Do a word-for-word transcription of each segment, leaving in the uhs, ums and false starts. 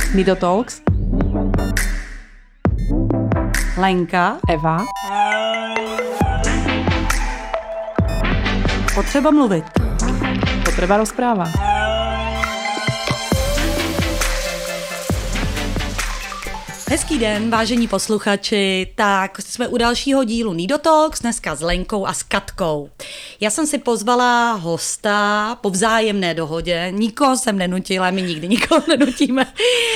Nido Talks. Lenka. Eva. Potřeba mluvit. Potreba rozpráva. Hezký den, vážení posluchači. Tak jsme u dalšího dílu Nido Talks, dneska s Lenkou a s Katkou. Já jsem si pozvala hosta po vzájemné dohodě, nikoho jsem nenutila, my nikdy nikoho nenutíme.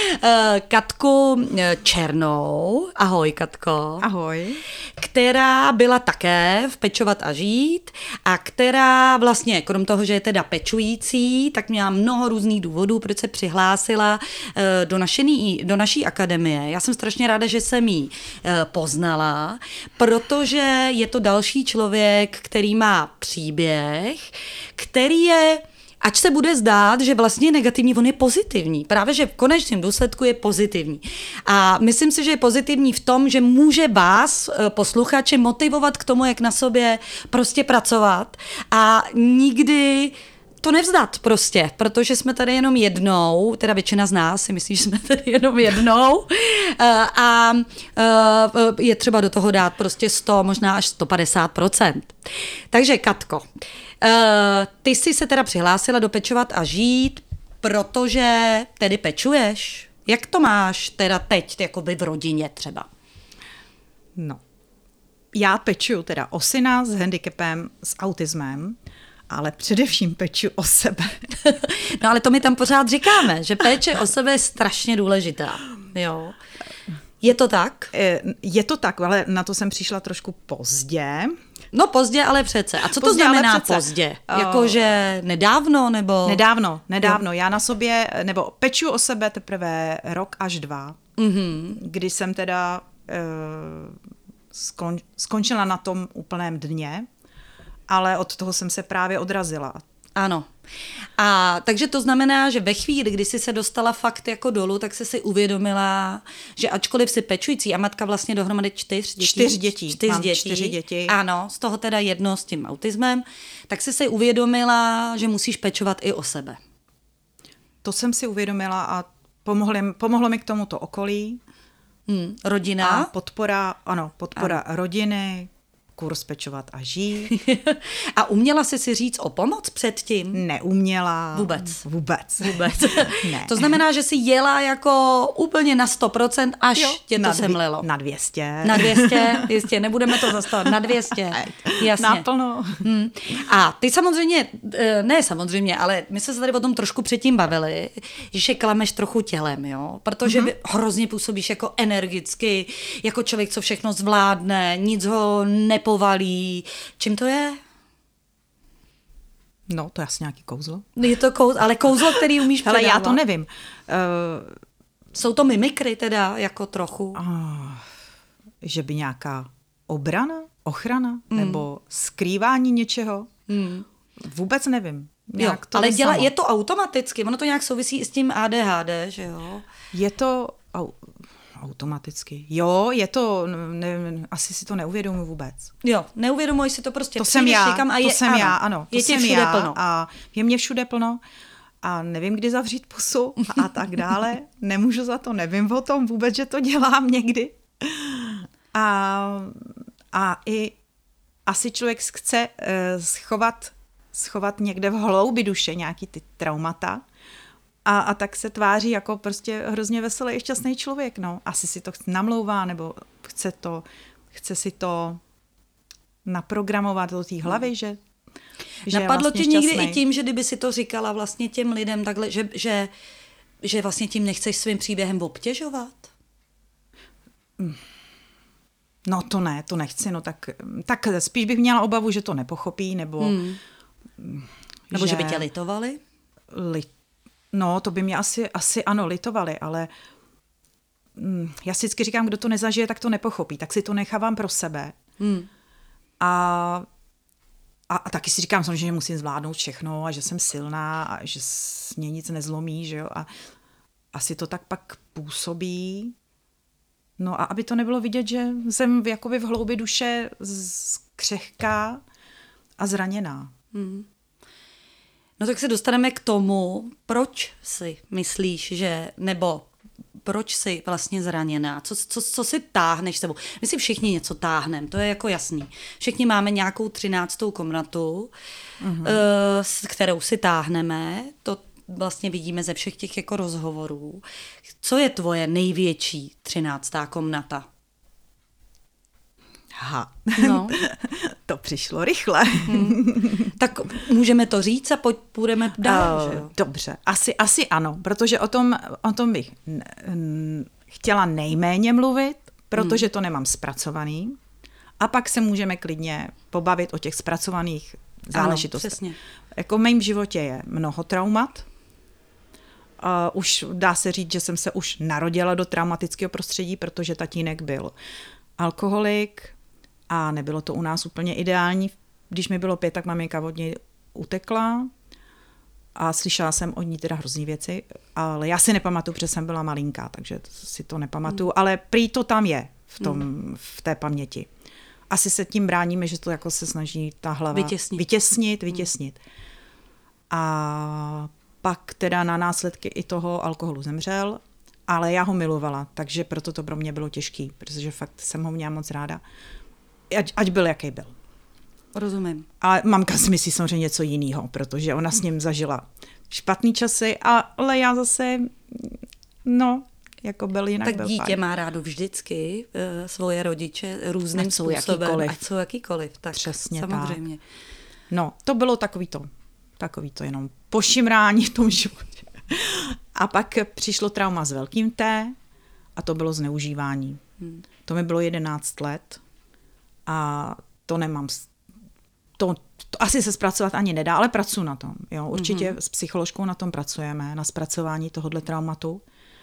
Katku Černou, ahoj Katko. Ahoj. Která byla také v Pečovat a žít a která vlastně, krom toho, že je teda pečující, tak měla mnoho různých důvodů, proč se přihlásila do, našený, do naší akademie. Já jsem strašně ráda, že jsem ji poznala, protože je to další člověk, který má příběh, který je, ač se bude zdát, že vlastně je negativní, on je pozitivní. Právě, že v konečném důsledku je pozitivní. A myslím si, že je pozitivní v tom, že může vás, posluchače, motivovat k tomu, jak na sobě prostě pracovat a nikdy to nevzdat prostě, protože jsme tady jenom jednou, teda většina z nás si myslí, že jsme tady jenom jednou a je třeba do toho dát prostě sto, možná až sto padesát procent. Takže Katko, ty jsi se teda přihlásila do Pečovat a žít, protože tedy pečuješ. Jak to máš teda teď, jakoby v rodině třeba? No, já pečuju teda o syna s handicapem, s autismem, ale především peču o sebe. No ale to my tam pořád říkáme, že péče o sebe je strašně důležitá. Jo. Je to tak? Je to tak, ale na to jsem přišla trošku pozdě. No pozdě, ale přece. A co to pozdě, znamená pozdě? Uh, Jakože nedávno, nebo? Nedávno, nedávno. Jo. Já na sobě, nebo peču o sebe teprve rok až dva, mm-hmm. kdy jsem teda uh, skon, skončila na tom úplném dně, ale od toho jsem se právě odrazila. Ano. A takže to znamená, že ve chvíli, kdy jsi se dostala fakt jako dolů, tak jsi si uvědomila, že ačkoliv jsi pečující a matka vlastně dohromady čtyř dětí. Čtyř dětí. Čtyř Mám dětí. čtyři děti. Ano, z toho teda jedno s tím autismem. Tak jsi si uvědomila, že musíš pečovat i o sebe. To jsem si uvědomila a pomohlo, pomohlo mi k tomu to okolí. Hmm, rodina. A podpora, ano, podpora ano. rodiny, kurz Pečovat a žít. A uměla jsi si říct o pomoc předtím? Neuměla. Vůbec. Vůbec. Vůbec. Ne. To znamená, že jsi jela jako úplně na sto procent, až jo, tě to na semlelo. Na dvě stě. Na dvě stě, jistě, nebudeme to zastavit. Na dvě stě, jasně. Naplno. Hmm. A ty samozřejmě, ne samozřejmě, ale my jsme se tady o tom trošku předtím bavili, že klameš trochu tělem, jo? Protože mm-hmm. hrozně působíš jako energicky, jako člověk, co všechno zvládne, nic ho nepovalí. Čím to je? No, to je asi nějaký kouzlo. Je to kouzlo, ale kouzlo, který umíš předávat. Ale já to nevím. Uh, Jsou to mimikry teda, jako trochu? Uh, že by nějaká obrana, ochrana, mm. nebo skrývání něčeho? Mm. Vůbec nevím. Jo, to ale děla, je to automaticky, ono to nějak souvisí i s tím A D H D, že jo? Je to au, automaticky. Jo, je to, ne, asi si to neuvědomuji vůbec. Jo, neuvědomuji si to prostě. To jsem já, a je, to jsem ano, já, ano. To je tě všude já plno. A je mě všude plno a nevím, kdy zavřít pusu a tak dále. Nemůžu za to, nevím o tom vůbec, že to dělám někdy. A, a i asi člověk chce uh, schovat, schovat někde v hloubi duše nějaký ty traumata a, a tak se tváří jako prostě hrozně veselý a šťastný člověk. No. Asi si to namlouvá nebo chce, to, chce si to naprogramovat do té hlavy, že, že napadlo vlastně tě někdy šťastný. I tím, že kdyby si to říkala vlastně těm lidem takhle, že, že, že vlastně tím nechceš svým příběhem obtěžovat? No to ne, to nechci, no tak, tak spíš bych měla obavu, že to nepochopí, nebo... Hmm. Nebo že, že by tě litovali? Li, no, to by mě asi, asi ano, litovali, ale mm, já si vždycky říkám, kdo to nezažije, tak to nepochopí, tak si to nechávám pro sebe. Hmm. A, a, a taky si říkám samozřejmě, že musím zvládnout všechno a že jsem silná a že mě nic nezlomí, že jo, a asi to tak pak působí. No a aby to nebylo vidět, že jsem jakoby v hloubi duše křehká a zraněná. Hmm. No tak se dostaneme k tomu, proč si myslíš, že, nebo proč jsi vlastně zraněná, co, co, co si táhneš sebou. My si všichni něco táhneme, to je jako jasný. Všichni máme nějakou třináctou komnatu, mm-hmm. s kterou si táhneme, to vlastně vidíme ze všech těch jako rozhovorů. Co je tvoje největší třináctá komnata? Aha, no. To přišlo rychle. Hmm. Tak můžeme to říct a pojď, půjdeme dál, uh, že jo? Dobře, asi, asi ano, protože o tom, o tom bych n- n- chtěla nejméně mluvit, protože hmm. to nemám zpracovaný. A pak se můžeme klidně pobavit o těch zpracovaných záležitostech. Ano, přesně. Jako v mém životě je mnoho traumat. Uh, už dá se říct, že jsem se už narodila do traumatického prostředí, protože tatínek byl alkoholik a nebylo to u nás úplně ideální. Když mi bylo pět, tak maminka od něj utekla a slyšela jsem od ní teda hrozný věci, ale já si nepamatuju, protože jsem byla malinká, takže si to nepamatuju, mm. ale prý to tam je v, tom, mm. v té paměti. Asi se tím bráníme, že to jako se snaží ta hlava vytěsnit, vytěsnit. vytěsnit. Mm. A pak teda na následky i toho alkoholu zemřel, ale já ho milovala, takže proto to pro mě bylo těžký, protože fakt jsem ho měla moc ráda. Ať, ať byl, jaký byl. Rozumím. A mamka si myslí samozřejmě něco jiného, protože ona s ním zažila špatný časy, ale já zase, no, jako byl jinak. Tak byl dítě fajn. má rádo vždycky uh, svoje rodiče různým ať jsou způsobem. jakýkoliv. Ať jsou jakýkoliv. Tak Přesně samozřejmě. tak. No, to bylo takový to, takový to jenom pošimrání v tom životě. A pak přišlo trauma s velkým T a to bylo zneužívání. Hmm. To mi bylo jedenáct let a to nemám, to, to asi se zpracovat ani nedá, ale pracuji na tom. Jo. Určitě mm-hmm. s psycholožkou na tom pracujeme, na zpracování tohohle traumatu.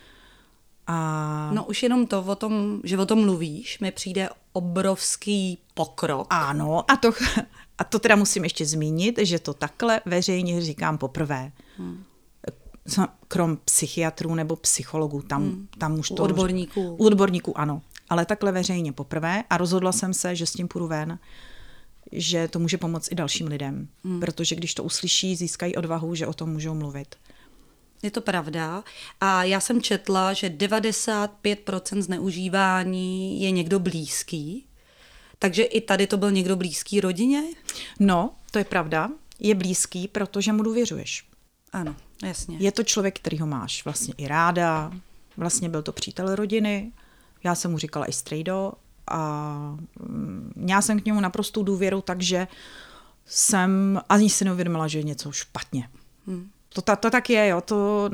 A... No už jenom to, o tom, že o tom mluvíš, mi přijde obrovský pokrok. Ano, a to, a to teda musím ještě zmínit, že to takhle veřejně říkám poprvé. Hmm. Krom psychiatrů nebo psychologů, tam, hmm. tam už to... U odborníků. U odborníků, ano. Ale takhle veřejně poprvé a rozhodla jsem se, že s tím půjdu ven, že to může pomoct i dalším lidem. Hmm. Protože když to uslyší, získají odvahu, že o tom můžou mluvit. Je to pravda. A já jsem četla, že devadesát pět procent zneužívání je někdo blízký. Takže i tady to byl někdo blízký rodině? No, to je pravda. Je blízký, protože mu důvěřuješ. Ano, jasně. Je to člověk, který ho máš vlastně i ráda. Vlastně byl to přítel rodiny. Já jsem mu říkala i strejdo a měla jsem k němu naprostou důvěru, takže jsem ani si neuvědomila, že je něco špatně. Hmm. To, to, to tak je, jo. To,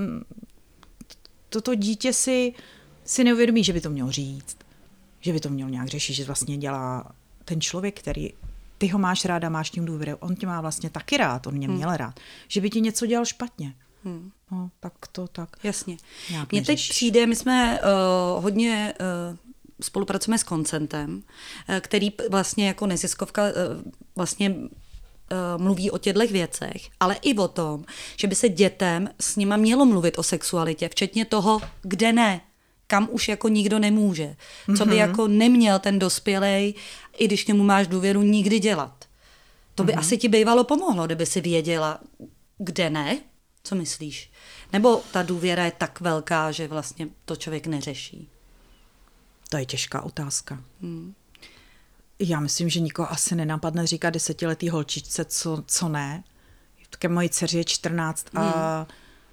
toto dítě si, si neuvědomí, že by to mělo říct, že by to měl nějak řešit, že vlastně dělá ten člověk, který ty ho máš ráda, máš tím důvěru, on tě má vlastně taky rád, on mě měl hmm. rád, že by ti něco dělal špatně. Hmm. No, tak to tak. Jasně. Mně teď přijde, my jsme uh, hodně uh, spolupracujeme s Koncentem, uh, který vlastně jako neziskovka uh, vlastně uh, mluví o těchto věcech, ale i o tom, že by se dětem s nima mělo mluvit o sexualitě, včetně toho, kde ne, kam už jako nikdo nemůže, co by mm-hmm. jako neměl ten dospělej, i když k němu máš důvěru, nikdy dělat. To by mm-hmm. asi ti bývalo pomohlo, kdyby si věděla, kde ne. Co myslíš? Nebo ta důvěra je tak velká, že vlastně to člověk neřeší? To je těžká otázka. Hmm. Já myslím, že nikoho asi nenapadne říkat desetiletý holčičce, co, co ne. Také mojí dceři je čtrnáct hmm. a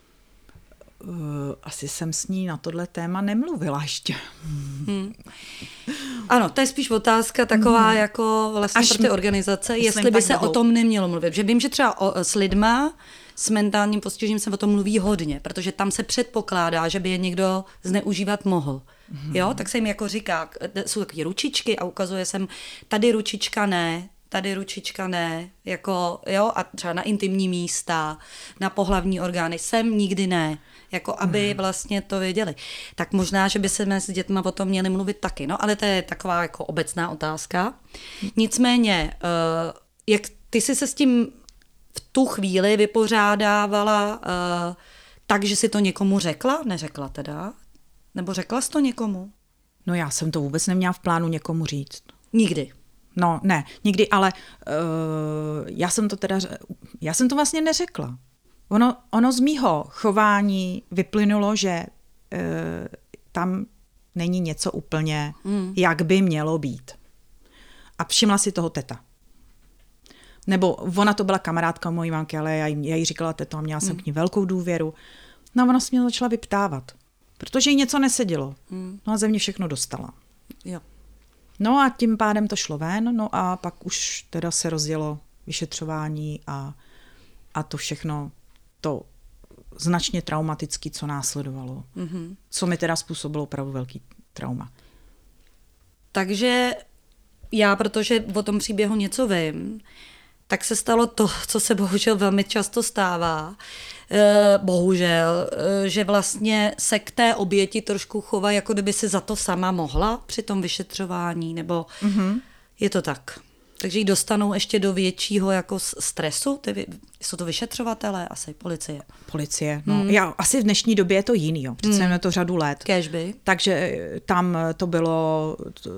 uh, asi jsem s ní na tohle téma nemluvila ještě. Hmm. Ano, to je spíš otázka taková hmm. jako vlastně Až pro ty organizace, jestli by se dlouho. O tom nemělo mluvit. Že vím, že třeba o, s lidma s mentálním postižením se o tom mluví hodně, protože tam se předpokládá, že by je někdo zneužívat mohl. Hmm. Jo, tak se jim jako říká, jsou takové ručičky a ukazuje se, tady ručička ne, tady ručička ne, jako, jo, a třeba na intimní místa, na pohlavní orgány, sem nikdy ne, jako aby hmm. vlastně to věděli. Tak možná, že by se mezi dětma o tom měli mluvit taky, no, ale to je taková jako obecná otázka. Nicméně, uh, jak ty jsi se s tím v tu chvíli vypořádávala uh, tak, že si to někomu řekla? Neřekla teda? Nebo řekla jsi to někomu? No já jsem to vůbec neměla v plánu někomu říct. Nikdy? No ne, nikdy, ale uh, já jsem to teda, já jsem to vlastně neřekla. Ono, ono z mýho chování vyplynulo, že uh, tam není něco úplně, hmm. jak by mělo být. A všimla si toho teta. Nebo ona to byla kamarádka mojí mamky, ale já jí, já jí říkala teto a měla jsem hmm. k ní velkou důvěru. No a ona se mě začala vyptávat, protože jí něco nesedělo. Hmm. No a ze mě všechno dostala. Jo. No a tím pádem to šlo ven, no a pak už teda se rozjelo vyšetřování a, a to všechno, to značně traumatický, co následovalo. Mm-hmm. Co mi teda způsobilo opravdu velký trauma. Takže já, protože o tom příběhu něco vím, tak se stalo to, co se bohužel velmi často stává. E, bohužel, e, že vlastně se k té oběti trošku chová, jako kdyby si za to sama mohla při tom vyšetřování, nebo mm-hmm. je to tak. Takže ji dostanou ještě do většího jako stresu? Ty, jsou to vyšetřovatelé, asi policie? Policie, no. Hmm. Já, asi v dnešní době je to jiný, jo. Přece hmm. je to řadu let. Kéžby. Takže tam to bylo,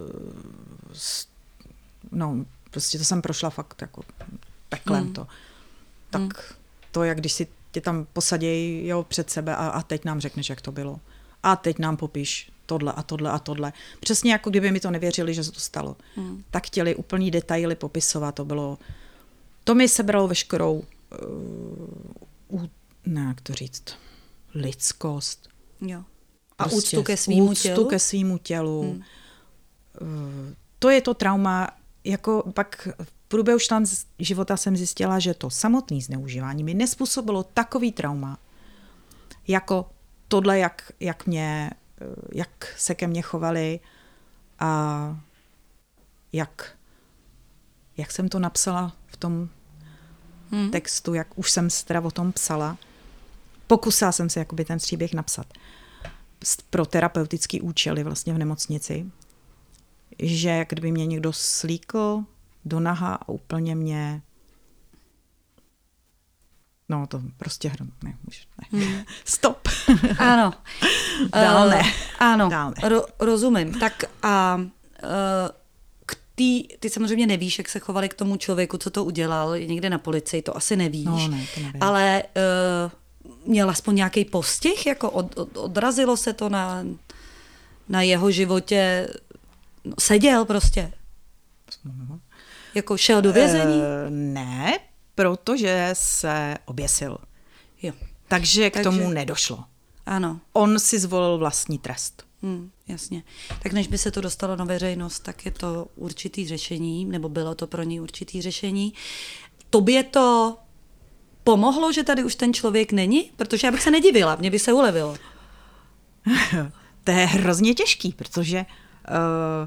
no, prostě to jsem prošla fakt jako peklem hmm. to. Tak hmm. to, jak když si tě tam posadějí jo, před sebe a, a teď nám řekneš, jak to bylo. A teď nám popíš tohle a tohle a tohle. Přesně jako kdyby mi to nevěřili, že se to stalo. Hmm. Tak chtěli úplný detaily popisovat. To bylo, to mi sebralo veškerou, uh, ne, jak to říct, lidskost. Jo. A prostě úctu ke svýmu úctu tělu? ke svýmu tělu. Hmm. Uh, to je to trauma, jako pak v průběhu života jsem zjistila, že to samotné zneužívání mi nespůsobilo takový trauma, jako tohle, jak, jak, mě, jak se ke mně chovali a jak, jak jsem to napsala v tom hmm. textu, jak už jsem teda o tom psala. Pokusila jsem se jakoby ten příběh napsat pro terapeutický účely vlastně v nemocnici, že jak kdyby mě někdo slíkl do naha a úplně mě no to prostě hrom, ne, už ne. Hmm. Stop. Ano. Dál ne. Uh, ano, Dál ne. Ro, rozumím. Tak a uh, k tý, ty samozřejmě nevíš, jak se chovali k tomu člověku, co to udělal, někde na policii, to asi nevíš. No, ne, to nevím. Ale uh, měl aspoň nějaký postih, jako od, od, odrazilo se to na, na jeho životě, no, seděl prostě. No. Jako šel do vězení? Uh, ne, protože se oběsil. Jo. Takže k Takže, tomu nedošlo. Ano. On si zvolil vlastní trest. Hmm, jasně. Tak než by se to dostalo na veřejnost, tak je to určitý řešení, nebo bylo to pro něj určitý řešení. Tobě to pomohlo, že tady už ten člověk není? Protože já bych se nedivila, mě by se ulevilo. To je hrozně těžký, protože uh,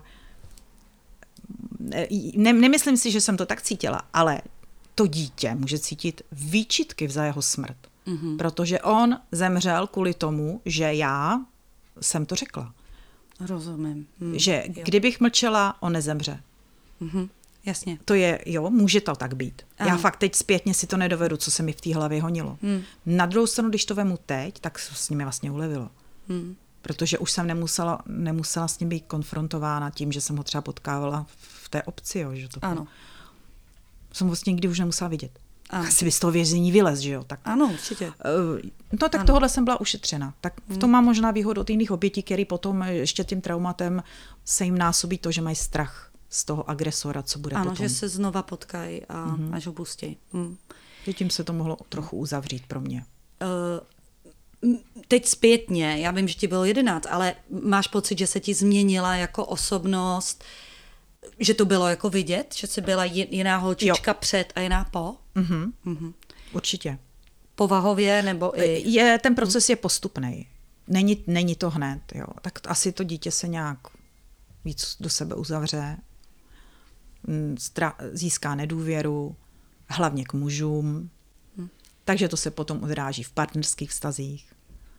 ne, nemyslím si, že jsem to tak cítila, ale to dítě může cítit výčitky za jeho smrt. Mm-hmm. Protože on zemřel kvůli tomu, že já jsem to řekla. Rozumím. Mm, že jo. kdybych mlčela, on nezemře. Mm-hmm. Jasně. To je, jo, může to tak být. Ano. Já fakt teď zpětně si to nedovedu, co se mi v té hlavě honilo. Mm. Na druhou stranu, když to vemu teď, tak s nimi vlastně ulevilo. Mm. Protože už jsem nemusela, nemusela s ním být konfrontována tím, že jsem ho třeba potkávala v té obci. Jo, že to ano. Jsem vlastně nikdy už nemusela vidět. Ano. Asi by z toho vězení vylez, že jo? Tak, ano, určitě. No tak ano. Tohle jsem byla ušetřena. Tak v tom mám možná výhodu od jiných obětí, který potom ještě tím traumatem se jim násobí to, že mají strach z toho agresora, co bude ano, potom. Že se znova potkají a mm-hmm. až ho pustí. Mm. Tím se to mohlo trochu uzavřít pro mě. Uh, teď zpětně, já vím, že ti bylo jedenáct, ale máš pocit, že se ti změnila jako osobnost, že to bylo jako vidět, že jsi byla jiná holčička jo. před a jiná po? Mm-hmm. Mm-hmm. Určitě. Povahově nebo i... Je, ten proces je postupný. Není, není to hned. Jo. Tak asi to dítě se nějak víc do sebe uzavře, stra- získá nedůvěru, hlavně k mužům. Hmm. Takže to se potom odráží v partnerských vztazích,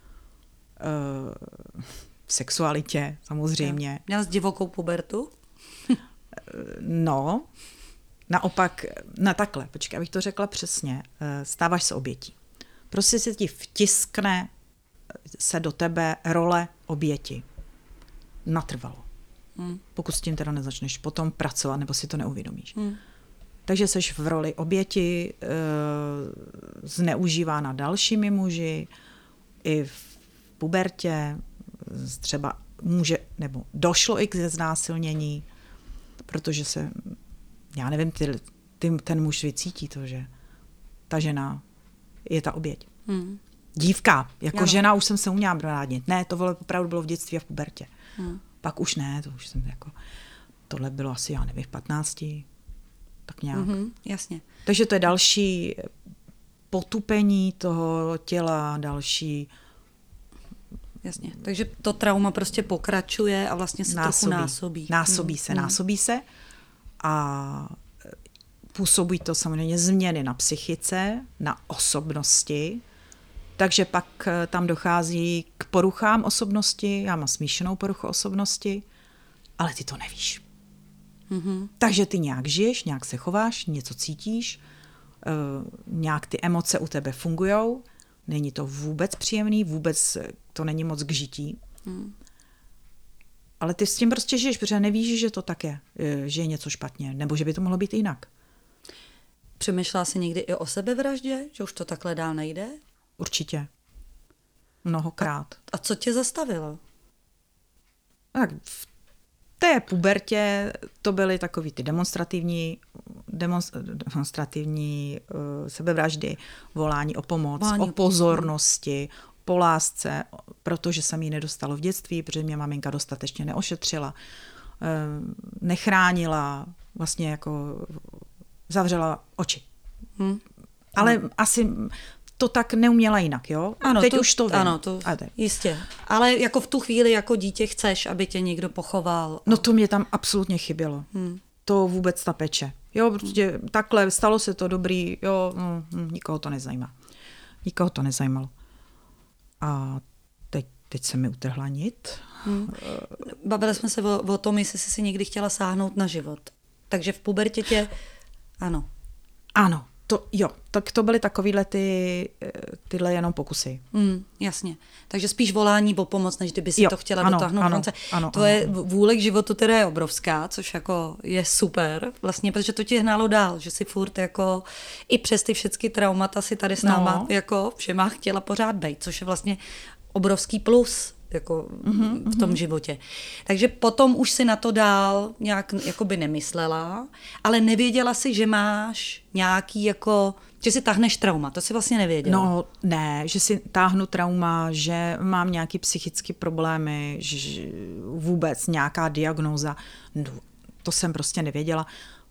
v sexualitě samozřejmě. Měla jsi divokou pubertu? No, naopak, na takhle, počkej, abych to řekla přesně, stáváš se obětí. Prostě se ti vtiskne se do tebe role oběti. Natrvalo. Hmm. Pokud s tím teda nezačneš potom pracovat, nebo si to neuvědomíš. Hmm. Takže seš v roli oběti, e, zneužívána dalšími muži, i v pubertě, třeba může, nebo došlo i k znásilnění, protože se, já nevím, ty, ty, ten muž vycítí to, že ta žena je ta oběť. Hmm. Dívka, jako ano. žena už jsem se uměla bránit. Ne, to opravdu bylo v dětství a v pubertě. Hmm. Pak už ne, to už jsem jako, tohle bylo asi, já nevím, v patnácti, tak nějak. Mm-hmm, jasně. Takže to je další potupení toho těla, další... Jasně, takže to trauma prostě pokračuje a vlastně se násobí. trochu násobí. Násobí hmm. se, hmm. násobí se a působí to samozřejmě změny na psychice, na osobnosti, takže pak tam dochází k poruchám osobnosti, já mám smíšenou poruchu osobnosti, ale ty to nevíš. Mm-hmm. Takže ty nějak žiješ, nějak se chováš, něco cítíš, uh, nějak ty emoce u tebe fungujou, není to vůbec příjemný, vůbec to není moc k žití. Mm. Ale ty s tím prostě žiješ, protože nevíš, že to tak je, že je něco špatně, nebo že by to mohlo být jinak. Přemýšlela jsi někdy i o sebevraždě, že už to takhle dál nejde? Určitě. Mnohokrát. A, a co tě zastavilo? Tak v té pubertě to byly takový ty demonstrativní, demonst, demonstrativní uh, sebevraždy, volání o pomoc, volání o pozornosti, po lásce, protože jsem ji nedostala v dětství, protože mě maminka dostatečně neošetřila, uh, nechránila, vlastně jako zavřela oči. Hmm. Ale hmm. asi to tak neuměla jinak, jo? Ano, teď to, už to vím. Ano, to jistě. Ale jako v tu chvíli jako dítě chceš, aby tě někdo pochoval. No to mě tam absolutně chybělo. Hmm. To vůbec ta peče. Jo, prostě hmm. takhle, stalo se to dobrý, jo, hm, nikoho to nezajímá. Nikoho to nezajímalo. A teď, teď se mi utrhla nit. Hmm. Bavili jsme se o, o tom, jestli jsi si někdy chtěla sáhnout na život. Takže v pubertě tě, ano. Ano. To, jo, tak to byly takovýhle ty, tyhle jenom pokusy. Mm, jasně. Takže spíš volání o pomoc, než kdyby si jo, to chtěla ano, dotáhnout ano, konce. Ano, Tvoje ano. vůle k životu teda je obrovská, což jako je super, vlastně, protože to tě hnalo dál, že si furt jako i přes ty všechny traumata si tady s náma no. jako všema chtěla pořád bejt, což je vlastně obrovský plus jako mm-hmm, v tom mm-hmm. životě. Takže potom už si na to dál nějak jakoby nemyslela, ale nevěděla si, že máš nějaký jako, že si táhneš trauma, to si vlastně nevěděla. No ne, že si táhnu trauma, že mám nějaký psychické problémy, že vůbec nějaká diagnóza, no, to jsem prostě nevěděla.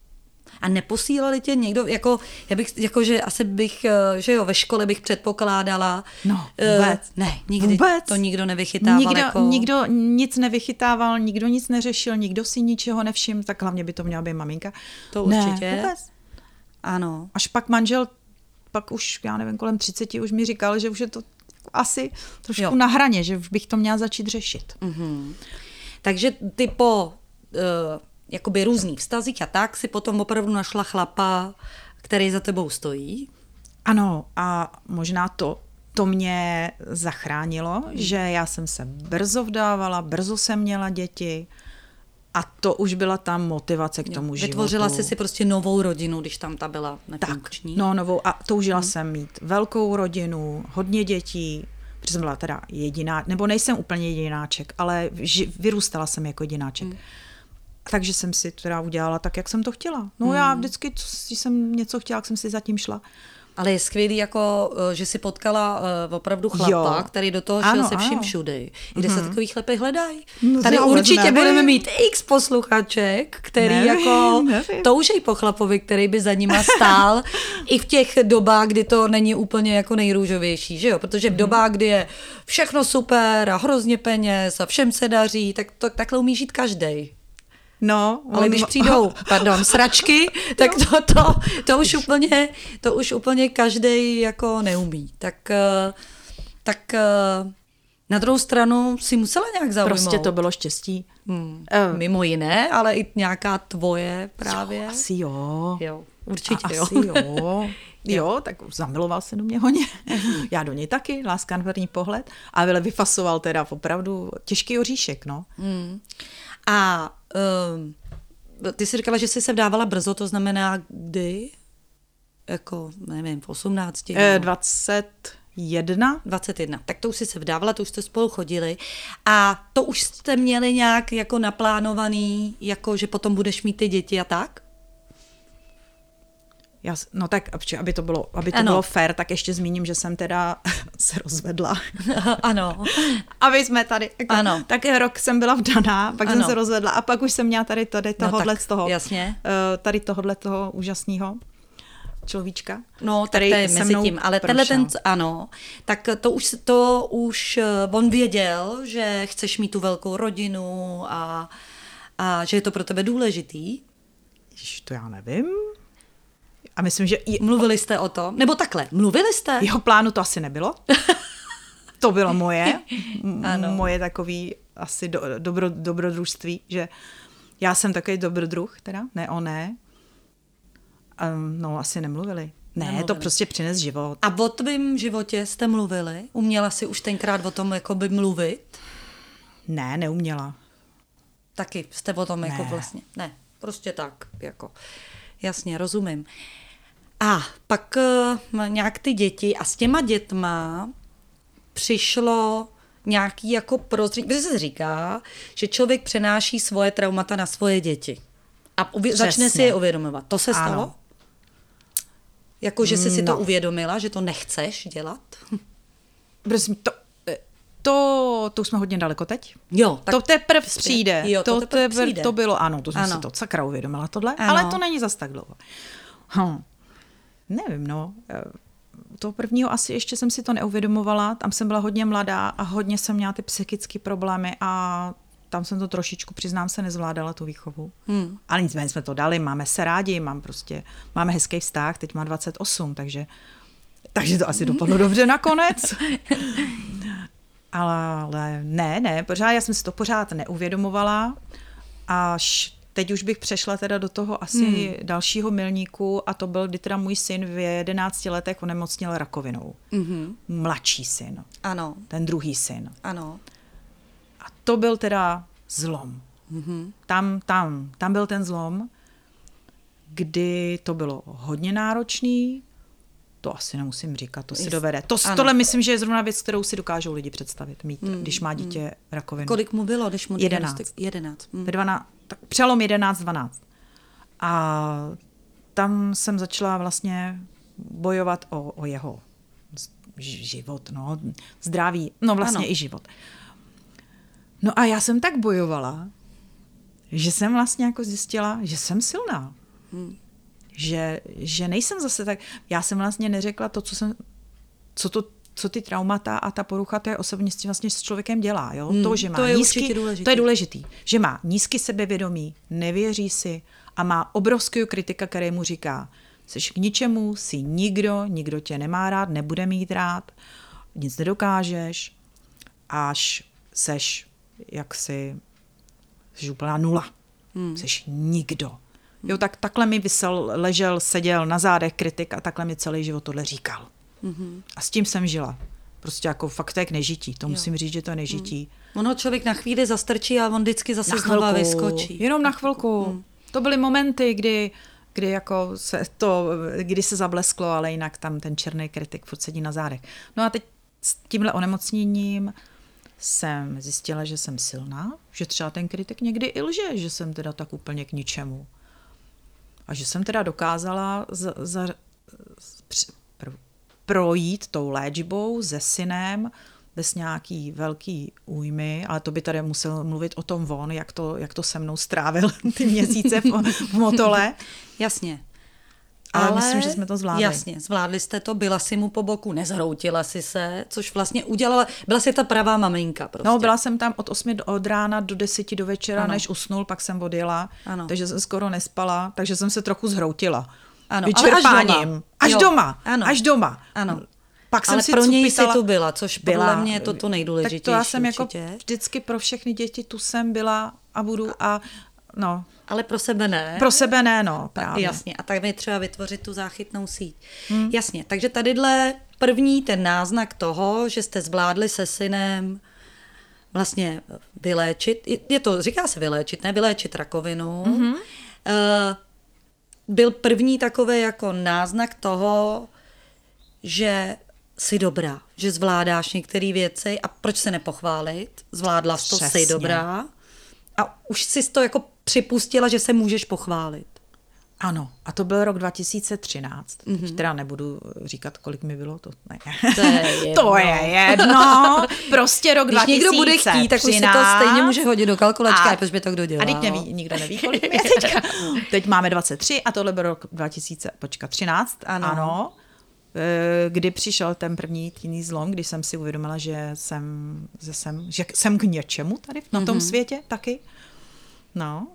A neposílali tě někdo, jako, já bych, jako, že asi bych, že jo, ve škole bych předpokládala. No, vůbec. Uh, ne, nikdy vůbec. To nikdo nevychytával. Nikdo, jako... nikdo nic nevychytával, nikdo nic neřešil, nikdo si ničeho nevšiml, tak hlavně by to měla být maminka. To určitě. Ne, vůbec. Ano. Až pak manžel, pak už, já nevím, kolem třiceti už mi říkal, že už je to asi trošku jo. na hraně, že už bych to měla začít řešit. Mm-hmm. Takže ty po... Uh, jakoby různých vztazích a tak si potom opravdu našla chlapa, který za tebou stojí. Ano, a možná to, to mě zachránilo, hmm. že já jsem se brzo vdávala, brzo jsem měla děti a to už byla ta motivace k tomu jo, životu. Vytvořila jsi si prostě novou rodinu, když tam ta byla nefunkční. Tak, no novou a toužila hmm. jsem mít velkou rodinu, hodně dětí, protože jsem byla teda jediná, nebo nejsem úplně jedináček, ale ži, vyrůstala jsem jako jedináček. Hmm. Takže jsem si teda udělala tak, jak jsem to chtěla. No hmm. já vždycky, když jsem něco chtěla, jak jsem si zatím šla. Ale je skvělý, jako, že si potkala uh, opravdu chlapa, jo. který do toho šel ano, se vším ano. všudy. Kde mm-hmm. se takový chlapy hledají? No, tady určitě nevím. Budeme mít x posluchaček, který nevím, jako nevím. toužej po chlapovi, který by za nima stál i v těch dobách, kdy to není úplně jako nejrůžovější, že jo? Protože v mm. dobách, kdy je všechno super a hrozně peněz a všem se daří, tak to, takhle umí žít každej. No, ale on... když přijdou, pardon, sračky, tak to, to, to, už úplně, to už úplně každej jako neumí. Tak, tak na druhou stranu si musela nějak zaujmout. Prostě to bylo štěstí. Hmm. Uh. Mimo jiné, ale i nějaká tvoje právě. Jo, asi jo. Jo, určitě A jo. Asi jo. Jo, tak zamiloval se do mě hodně. Já do něj taky, láska na první pohled. A vyfasoval teda opravdu těžký oříšek, no. Hmm. A um, ty jsi říkala, že jsi se vdávala brzo, to znamená kdy? Jako, nevím, v osmnácti? Eh, dvacet jedna. dvacet jedna. Tak to už jsi se vdávala, to už jste spolu chodili. A to už jste měli nějak jako naplánovaný, jako že potom budeš mít ty děti a tak? Já, no tak, aby to bylo, aby to Ano. bylo fair, tak ještě zmíním, že jsem teda se rozvedla. Ano. Aby jsme tady, jako, Ano. tak rok jsem byla vdaná, pak Ano. jsem se rozvedla a pak už jsem měla tady, tady No tohodle tak, z toho, jasně. eh, tady tohodle toho úžasného človíčka. No, tak to který je se mezi mnou tím, ale tenhle prošel. ten, ano, tak to už, to už eh, on věděl, že chceš mít tu velkou rodinu a, a že je to pro tebe důležitý. Ježiš, to já nevím. A myslím, že je, Mluvili jste o tom? Nebo takhle, mluvili jste? jeho plánu to asi nebylo. To bylo moje, m- Ano. moje takový asi do, dobro, dobrodružství, že já jsem takový dobrodruh, teda, ne on ne. Um, no, asi nemluvili. Ne, Nemluvili. to prostě přines život. A o tvém životě jste mluvili? Uměla jsi už tenkrát o tom jakoby mluvit? Ne, neuměla. Taky jste o tom jako Ne. vlastně, ne, prostě tak, jako, jasně, rozumím. A pak uh, nějak ty děti a s těma dětma přišlo nějaký jako prozření, protože se říká, že člověk přenáší svoje traumata na svoje děti a uvě- začne si je uvědomovat. To se stalo? Ano. Jako, že jsi si to No. uvědomila, že to nechceš dělat? Prosím, to, to, to už jsme hodně daleko teď. Jo, tak to teprve zpět. přijde. Jo, to to, teprve teprve přijde. to bylo, ano, to jsem Ano. si to sakra uvědomila tohle, Ano. ale to není zas tak dlouho. Hm. Nevím, no. Toho prvního asi ještě jsem si to neuvědomovala, tam jsem byla hodně mladá a hodně jsem měla ty psychické problémy a tam jsem to trošičku, přiznám se, nezvládala tu výchovu. Hmm. Ale nicméně jsme to dali, máme se rádi, mám prostě, máme hezký vztah, teď má dvacet osm, takže, takže to asi dopadlo dobře nakonec. Ale ne, ne, pořád, já jsem si to pořád neuvědomovala, až teď už bych přešla teda do toho asi hmm. dalšího milníku a to byl, kdy teda můj syn v jedenácti letech onemocněl rakovinou. Mm-hmm. Mladší syn. Ano, Ten druhý syn. ano. A to byl teda zlom. Mm-hmm. Tam, tam, tam byl ten zlom, kdy to bylo hodně náročný, to asi nemusím říkat, to si Jist, dovede. To, ano. tohle myslím, že je zrovna věc, kterou si dokážou lidi představit, mít, mm, když má dítě mm. rakovinu. Kolik mu bylo, když mu Jedenáct. Jedenáct. Mm. Ve dvanáct, tak přelom jedenáct dvanáct. A tam jsem začala vlastně bojovat o, o jeho život, no, zdraví, no vlastně Ano. i život. No a já jsem tak bojovala, že jsem vlastně jako zjistila, že jsem silná. Hmm. Že, že nejsem zase tak, já jsem vlastně neřekla to, co jsem, co to, co ty traumata a ta porucha té osobnosti vlastně s člověkem dělá. Jo? Hmm, to, že má to je nízký, určitě důležitý. to je důležitý, že má nízký sebevědomí, nevěří si a má obrovského kritika, který mu říká, jsi k ničemu, jsi nikdo, nikdo tě nemá rád, nebude mít rád, nic nedokážeš, až seš jaksi, jsi úplná nula, hmm. jsi nikdo. Jo, tak takhle mi vysel, ležel, seděl na zádech kritik a takhle mi celý život tohle říkal. Mm-hmm. A s tím jsem žila. Prostě jako fakt to je k nežití. To jo. musím říct, že to je nežití. Mm. Ono člověk na chvíli zastrčí a on vždycky zase Na znova chvilku, vyskočí. jenom na chvilku. Mm. To byly momenty, kdy, kdy, jako se to, kdy se zablesklo, ale jinak tam ten černý kritik furt sedí na zádech. No a teď s tímhle onemocněním jsem zjistila, že jsem silná, že třeba ten kritik někdy i lže, že jsem teda tak úplně k ničemu. A že jsem teda dokázala za, za, pr, projít tou léčbou se synem bez nějaký velký újmy, ale to by tady musel mluvit o tom on, jak to, jak to se mnou strávil ty měsíce v, v Motole. Jasně. Ale, ale myslím, že jsme to zvládli. Jasně, zvládli jste to, byla si mu po boku, nezhroutila si se, což vlastně udělala, byla si ta pravá maminka prostě. No, byla jsem tam od osmi od rána do deseti do večera, ano. než usnul, pak jsem odjela, ano. takže jsem skoro nespala, takže jsem se trochu zhroutila. Ano, Vyčerpáním. ale až doma. Až Jo. doma, Ano. až doma. Ano. Pak jsem ale si pro něj cupitala, si tu byla, což podle byla, mě je to to nejdůležitější. Tak to já jsem určitě. jako vždycky pro všechny děti tu jsem byla a budu a no. Ale pro sebe ne. Pro sebe ne, no, právě. Jasně, a tak je třeba vytvořit tu záchytnou síť. Hmm. Jasně, takže tadyhle první ten náznak toho, že jste zvládli se synem vlastně vyléčit, je to, říká se vyléčit, ne vyléčit rakovinu, mm-hmm. uh, byl první takový jako náznak toho, že jsi dobrá, že zvládáš některé věci a proč se nepochválit? Zvládla jsi to, jsi dobrá. A už jsi to jako připustila, že se můžeš pochválit. Ano, a to byl rok dva tisíce třináct. Mm-hmm. Teď teda nebudu říkat, kolik mi bylo, to ne. To je jedno. To je jedno. Prostě rok Když dva tisíce třináct. někdo bude chtít, tak už si to stejně může hodit do kalkulačky, a proč by to kdo dělal. A teď neví, nikdo neví, kolik mi je teďka. Teď máme dvacet tři a tohle byl rok dva tisíce třináct. Ano. ano. Kdy přišel ten první týdný zlom, kdy jsem si uvědomila, že jsem, že jsem, že jsem k něčemu tady na tom mm-hmm. světě taky. No.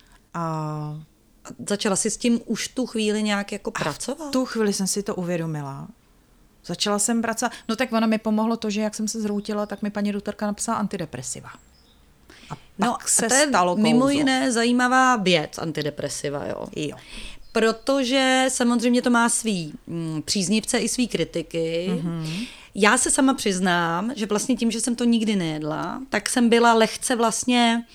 A začala jsi s tím už tu chvíli nějak jako pracovat? V tu chvíli jsem si to uvědomila. Začala jsem pracovat. No tak ono mi pomohlo to, že jak jsem se zhroutila, tak mi paní doktorka napsala antidepresiva. A pak no, se a to je stalo kouzlo. Mimo jiné zajímavá věc antidepresiva, jo. Jo. Protože samozřejmě to má svý mm, příznivce i svý kritiky. Mm-hmm. Já se sama přiznám, že vlastně tím, že jsem to nikdy nejedla, tak jsem byla lehce vlastně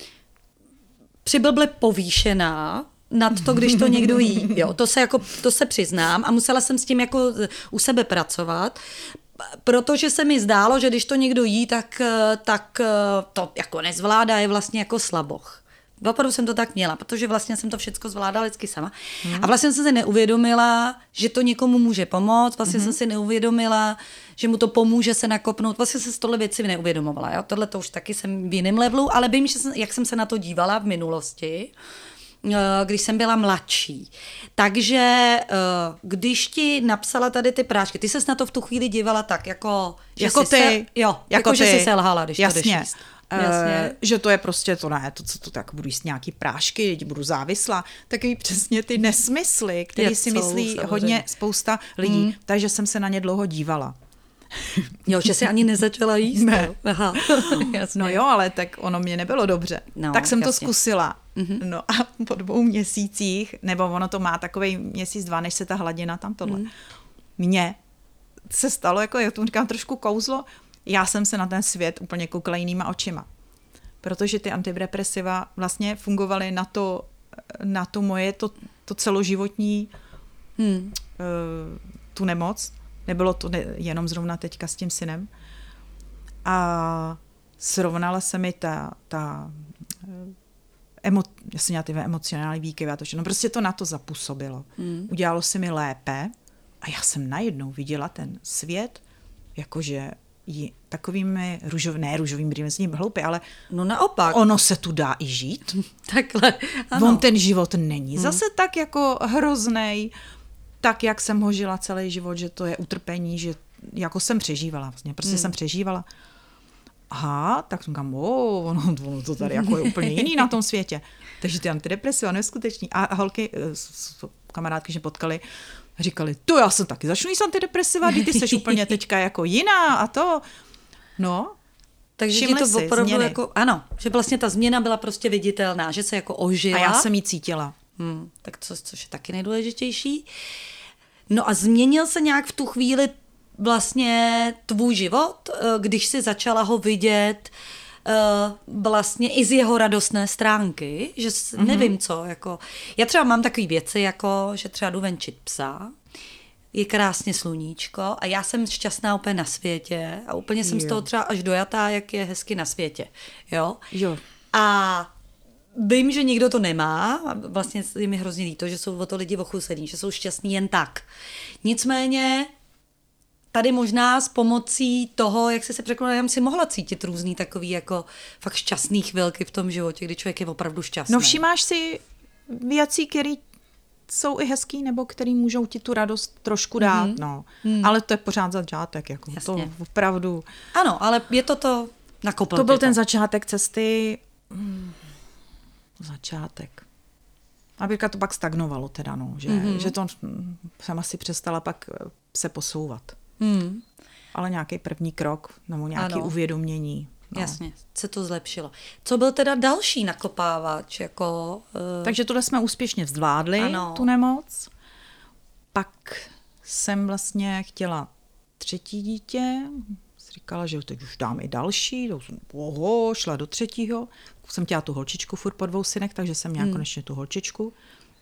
přiblble povýšená nad to, když to někdo jí. Jo, to se jako, to se přiznám a musela jsem s tím jako u sebe pracovat, protože se mi zdálo, že když to někdo jí, tak, tak to jako nezvládá, je vlastně jako slaboch. Opravdu jsem to tak měla, protože vlastně jsem to všechno zvládala vždycky sama. Hmm. A vlastně jsem se neuvědomila, že to někomu může pomoct, vlastně hmm. jsem si neuvědomila, že mu to pomůže se nakopnout. Vlastně jsem si tohle věci neuvědomovala. Jo? Tohle to už taky jsem v jiném levelu, ale vím, že jsem, jak jsem se na to dívala v minulosti, když jsem byla mladší. Takže když ti napsala tady ty prášky, ty ses na to v tu chvíli dívala tak, jako, že jako jsi ty, se, jo, jako, jako že ty. jsi selhala, když Jasně. to jdeš jíst. Jasně. Uh, že to je prostě to ne, to, co to tak budu jíst nějaký prášky, budu závislá, takový přesně ty nesmysly, které si myslí samozřejmě hodně spousta lidí, mm. takže jsem se na ně dlouho dívala. Jo, že si ani nezačala jíst. Ne. Aha. Jasně. No jo, ale tak ono mě nebylo dobře. No, tak jsem jasně. to zkusila. Mm-hmm. No a po dvou měsících, nebo ono to má takovej měsíc, dva, než se ta hladina tam tohle. Mm. Mně se stalo, jako já tomu říkám trošku kouzlo, já jsem se na ten svět úplně koukala jinýma očima. Protože ty antidepresiva vlastně fungovaly na to, na to moje, to, to celoživotní hmm. uh, tu nemoc. Nebylo to ne, jenom zrovna teďka s tím synem. A srovnala se mi ta, ta emo, jasně měla ty emocionální výkyvy a to všechno. Prostě to na to zapůsobilo. Hmm. Udělalo se mi lépe a já jsem najednou viděla ten svět, jakože takovými růžov, ne růžovým brýlem, s ním hloupý, ale no naopak. Ono se tu dá i žít. Takhle, ano. On ten život není hmm. zase tak jako hroznej, tak jak jsem ho žila celý život, že to je utrpení, že jako jsem přežívala, vlastně prostě hmm. jsem přežívala. Aha, tak jsem říkám, oh, ono, ono to tady jako je úplně jiný na tom světě. Takže ty antidepresiva neskutečný. A holky, kamarádky, že potkali, říkali, to já jsem taky začnu jíst antidepresiva, ty jsi úplně teďka jako jiná a to. No, takže ti to opravdu jako, ano, že vlastně ta změna byla prostě viditelná, že se jako ožila. A já jsem ji cítila. Hmm, tak co, což je taky nejdůležitější. No a změnil se nějak v tu chvíli vlastně tvůj život, když jsi začala ho vidět vlastně i z jeho radostné stránky, že mm-hmm. nevím co, jako, já třeba mám takové věci, jako, že třeba jdu venčit psa, je krásně sluníčko a já jsem šťastná úplně na světě a úplně jsem jo. z toho třeba až dojatá, jak je hezky na světě, jo. jo. A vím, že nikdo to nemá a vlastně je mi hrozně líto, že jsou o to lidi ochusení, že jsou šťastní jen tak. Nicméně tady možná s pomocí toho, jak jsi se překonala, já si mohla cítit různý takový jako fakt šťastný chvilky v tom životě, kdy člověk je opravdu šťastný. No všímáš si věcí, které jsou i hezký, nebo který můžou ti tu radost trošku dát, mm-hmm. no. Mm. Ale to je pořád začátek, jako jasně. To opravdu. Ano, ale je to to nakoplo. To byl ten to. začátek cesty, hmm, začátek. A to pak stagnovalo teda, no, že, mm-hmm. že to jsem asi přestala pak se posouvat. Mm. Ale nějaký první krok, nebo nějaké ano. uvědomění. No. Jasně, se to zlepšilo. Co byl teda další nakopávač? Jako, uh... Takže tohle jsme úspěšně zvládli, ano. tu nemoc. Pak jsem vlastně chtěla třetí dítě. Říkala, že teď už dám i další. Oho, šla do třetího. Jsem chtěla tu holčičku furt po dvou synech, takže jsem měla hmm. konečně tu holčičku.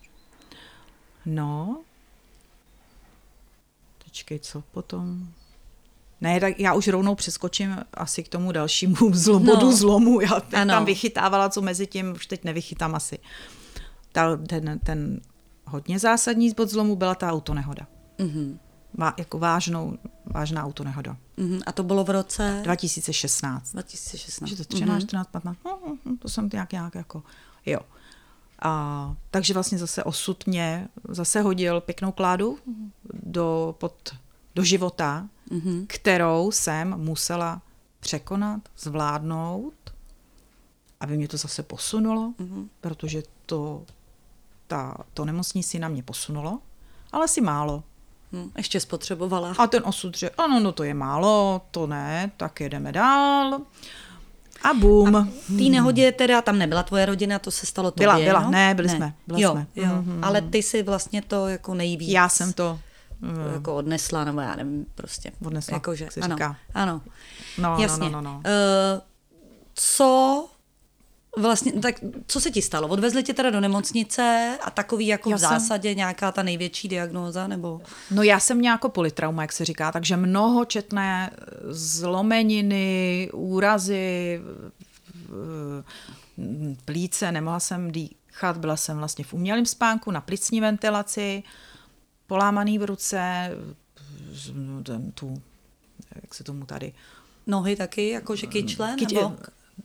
No. Počkej, co potom? Ne, tak já už rovnou přeskočím asi k tomu dalšímu zlobodu No. zlomu. Já teď Ano. tam vychytávala, co mezi tím, už teď nevychytám asi. Ta, ten, ten hodně zásadní bod zlomu byla ta autonehoda. Mhm. Vá, jako vážnou, vážná autonehoda. Mhm. A to bylo v roce dva tisíce šestnáct. dva tisíce šestnáct. Takže to třináct, čtrnáct, patnáct, no, no, to jsem nějak, nějak jako, jo. A, takže vlastně zase osud mě zase hodil pěknou kládu do, pod, do života, Mhm. kterou jsem musela překonat, zvládnout, aby mě to zase posunulo, Mhm. protože to, ta, to nemocnici na mě posunulo, ale asi málo. Hm, ještě spotřebovala. A ten osud řekl, ano, no to je málo, to ne, tak jedeme dál. A bum. V té nehodě teda, tam nebyla tvoje rodina, to se stalo tobě, Byla, byla, no? ne, byli jsme, byli jo, jsme. Jo, Mhm. ale ty si vlastně to jako nejvíc Já jsem to jako odnesla, nebo já nevím, prostě. Odnesla, Jakože, jak se ano, říká. ano. No, Jasně. no, no, no, no. Uh, co vlastně, tak co se ti stalo? Odvezli tě teda do nemocnice a takový jako Já v jsem- zásadě nějaká ta největší diagnóza, nebo? No já jsem měla jako polytrauma, jak se říká, takže mnohočetné zlomeniny, úrazy, plíce, nemohla jsem dýchat, byla jsem vlastně v umělém spánku, na plicní ventilaci, polámaný v ruce, ten, tu, jak se tomu tady, Nohy taky, jakože kyčle, kytě, nebo?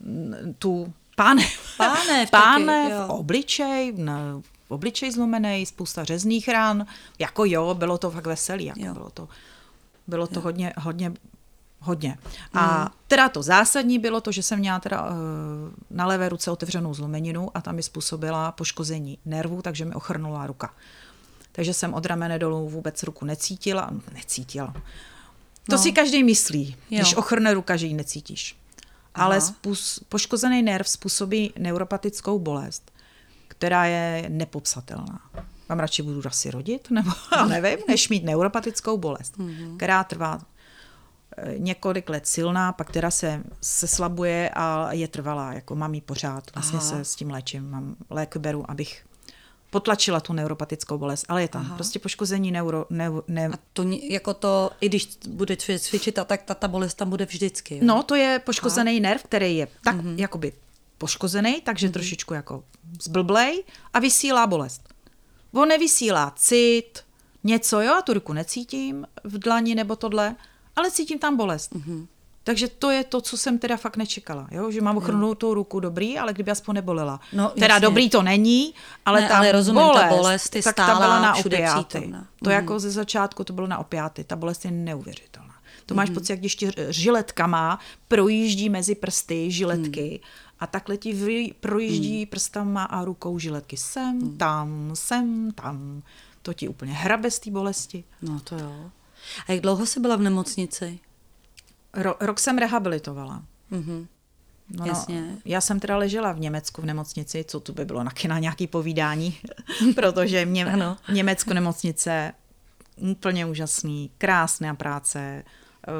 tu pánev, Pánev taky, pánev, jo. obličej, na, obličej zlomený, spousta řezných ran, jako jo, bylo to fakt veselý, jako Jo. bylo to, bylo to hodně, hodně, hodně. A teda to zásadní bylo to, že jsem měla teda uh, na levé ruce otevřenou zlomeninu a tam mi způsobila poškození nervů, takže mi ochrnula ruka. Takže jsem od ramene dolů vůbec ruku necítila, necítila. To No. si každý myslí, Jo. když ochrne ruka, že ji necítíš. Ale Aha. způs, poškozený nerv způsobí neuropatickou bolest, která je nepopsatelná. Vám radši budu asi rodit, nebo já nevím, než mít neuropatickou bolest, mm-hmm. která trvá eh, několik let silná, pak teda se seslabuje a je trvalá, jako mám ji pořád. Vlastně Aha. se s tím léčím, mám lék beru, abych potlačila tu neuropatickou bolest, ale je tam Aha. prostě poškození neuro, ne, ne, A to ni- jako to, i když bude cvi- cvičit, a tak ta, ta bolest tam bude vždycky. Jo? No, to je poškozený nerv, který je tak mm-hmm. jakoby poškozený, takže mm-hmm. trošičku jako zblblej a vysílá bolest. On nevysílá cit, něco, jo, a tu ruku necítím v dlani nebo tohle, ale cítím tam bolest. Mm-hmm. Takže to je to, co jsem teda fakt nečekala, jo, že mám ochrnutou tou ruku dobrý, ale kdyby aspoň nebolela. No, teda jasně. dobrý to není, ale Ne, ta ale rozumím, ta bolest, bolest je tak ta stálá, byla na všude opiáty. přítomná. To Mhm. jako ze začátku to bylo na opiáty, ta bolest je neuvěřitelná. To máš Mhm. pocit, jak když ti žiletkama projíždí mezi prsty žiletky a takhle ti vy- projíždí prstama a rukou žiletky sem, tam, sem, tam. To ti úplně hrabe z té bolesti. No to jo. A jak dlouho jsi byla v nemocnici? Ro- rok jsem rehabilitovala. Mhm. No, Jasně. Já jsem teda ležela v Německu v nemocnici, co tu by bylo na kina nějaký povídání, protože mě, Ano. v Německu nemocnice úplně úžasný, krásná práce, eh,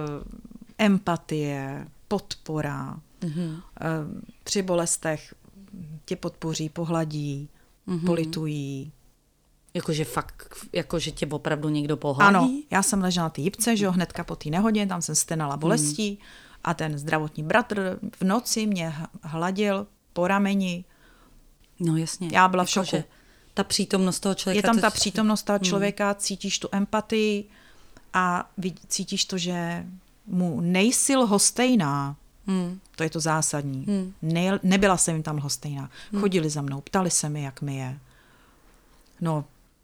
empatie, podpora, Mhm. eh, při bolestech tě podpoří, pohladí, Mhm. politují. Jakože fakt, jakože tě opravdu někdo pohladí? Ano, já jsem ležela na té jipce, že jo, hnedka po té nehodě, tam jsem stenala bolestí a ten zdravotní bratr v noci mě h- hladil po rameni. No jasně. Já byla v Jakože šoku. Ta přítomnost toho člověka. Je tam to- ta přítomnost toho člověka, cítíš tu empatii a vid- cítíš to, že mu nejsi lhostejná. Hmm. To je to zásadní. Hmm. Ne, nebyla jsem jim tam lhostejná. Chodili za mnou, ptali se mi, jak mi je. No,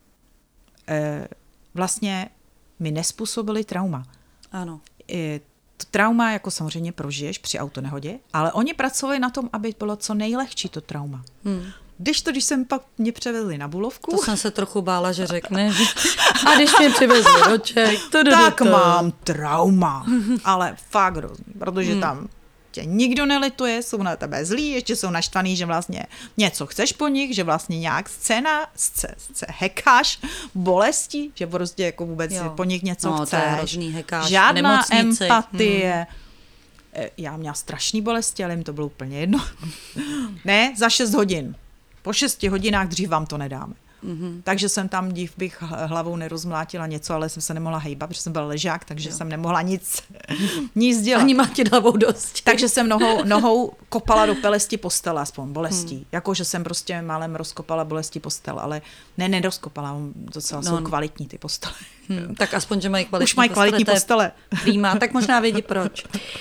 e, vlastně mi nespůsobili trauma. Ano. E, to trauma jako samozřejmě prožiješ při autonehodě, ale oni pracovali na tom, aby bylo co nejlehčí to trauma. Hmm. Když to, když jsem pak mě převezli na Bulovku, To jsem se trochu bála, že řekne. A když mě přivezli do Čech, to tak mám trauma. Ale fakt hrozný, protože Hmm. tam tě nikdo nelituje, jsou na tebe zlí, ještě jsou naštvaný, že vlastně něco chceš po nich, že vlastně nějak scéna, sce, sce, hekáš bolesti, že prostě jako vůbec Jo. po nich něco No, to je chceš. hrozný, hekáš v Žádná nemocnici. empatie. E, Já měla strašný bolesti, ale jim to bylo úplně jedno. Ne, za šest hodin. Po šesti hodinách dřív vám to nedáme. Mm-hmm. Takže jsem tam div bych hlavou nerozmlátila něco, ale jsem se nemohla hejbat, protože jsem byla ležák, takže jo. jsem nemohla nic, nic dělat. Ani mlátit hlavou dost. Takže jsem nohou, nohou kopala do pelesti postele, aspoň bolestí. Hmm. Jako, že jsem prostě málem rozkopala bolestí postel, ale ne, nerozkopala, docela no, jsou no. kvalitní ty postele. Hmm, tak aspoň, že mají kvalitní Už mají kvalitní postele. Prýmá, tak možná vědí proč.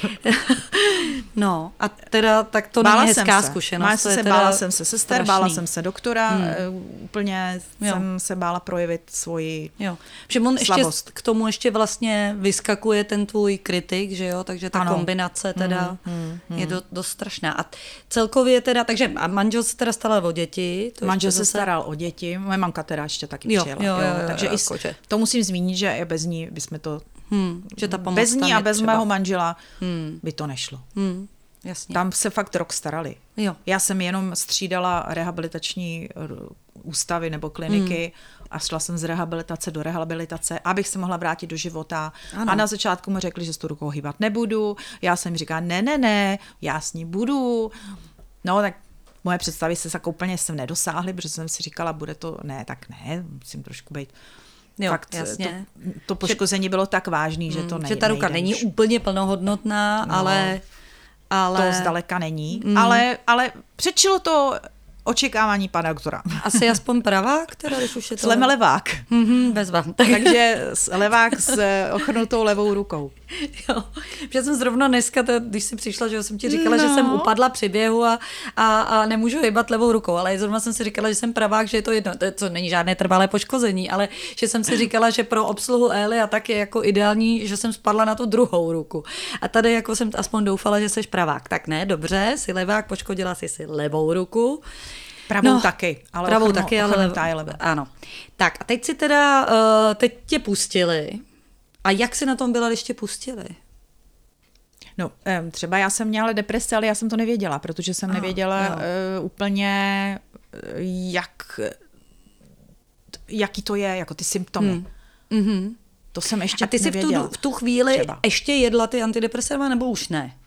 No a teda, tak to není hezká zkušenost. Bála jsem se, bála jsem se sester, strašný. Bála jsem se doktora, hmm. úplně jo. jsem se bála projevit svoji jo. Že on slabost. Ještě k tomu ještě vlastně vyskakuje ten tvůj kritik, že jo, takže ta ano. kombinace teda hmm, hmm, je do, dost strašná. A celkově teda, takže a manžel se teda staral o děti. To manžel se zase... staral o děti, moje mamka teda ještě taky jo, přijela. Jo, jo, jo, takže jo, i jako, že... to musím zmínit, že bez ní bychom to Hmm, že ta bez ní a bez třeba... mého manžela hmm. by to nešlo. Hmm, jasně. Tam se fakt rok starali. Jo. Já jsem jenom střídala rehabilitační ústavy nebo kliniky hmm. a šla jsem z rehabilitace do rehabilitace, abych se mohla vrátit do života. Ano. A na začátku mi řekli, že s tou rukou hýbat nebudu. Já jsem říkala, ne, ne, ne, já s ní budu. No tak moje představy se tak úplně jsem nedosáhly, protože jsem si říkala, bude to, ne, tak ne, musím trošku být. Jo, fakt jasně. To, to poškození že, bylo tak vážný, že to nejde. Že ta ruka nejde není už. úplně plnohodnotná, no, ale, ale... To zdaleka není, mm. ale, ale přečilo to očekávání pana doktora. Asi aspoň pravá, která když už je to... Sleme levák. Mm-hmm, bez vám. Takže levák s ochrnutou levou rukou. Jo, protože jsem zrovna dneska, to, když jsi přišla, že jsem ti říkala, no. že jsem upadla při běhu a, a, a nemůžu hýbat levou rukou, ale zrovna jsem si říkala, že jsem pravák, že je to jedno, to, to není žádné trvalé poškození, ale že jsem si říkala, že pro obsluhu Eli a tak je jako ideální, že jsem spadla na tu druhou ruku. A tady jako jsem aspoň doufala, že jsi pravák. Tak ne, dobře, jsi levák, poškodila jsi si levou ruku. Pravou no, taky, ale pravou ochrnu, taky, ale je levá. Ano. Tak a teď si teda, uh, teď tě pustili. A jak jsi na tom byla, když tě pustili? No, třeba já jsem měla depresi, ale já jsem to nevěděla, protože jsem Aha, nevěděla uh, úplně, jak, jaký to je, jako ty symptomy. Hmm. Mm-hmm. To jsem ještě nevěděla. A ty nevěděla. jsi v tu, v tu chvíli třeba. ještě jedla ty antidepresiva, nebo už ne?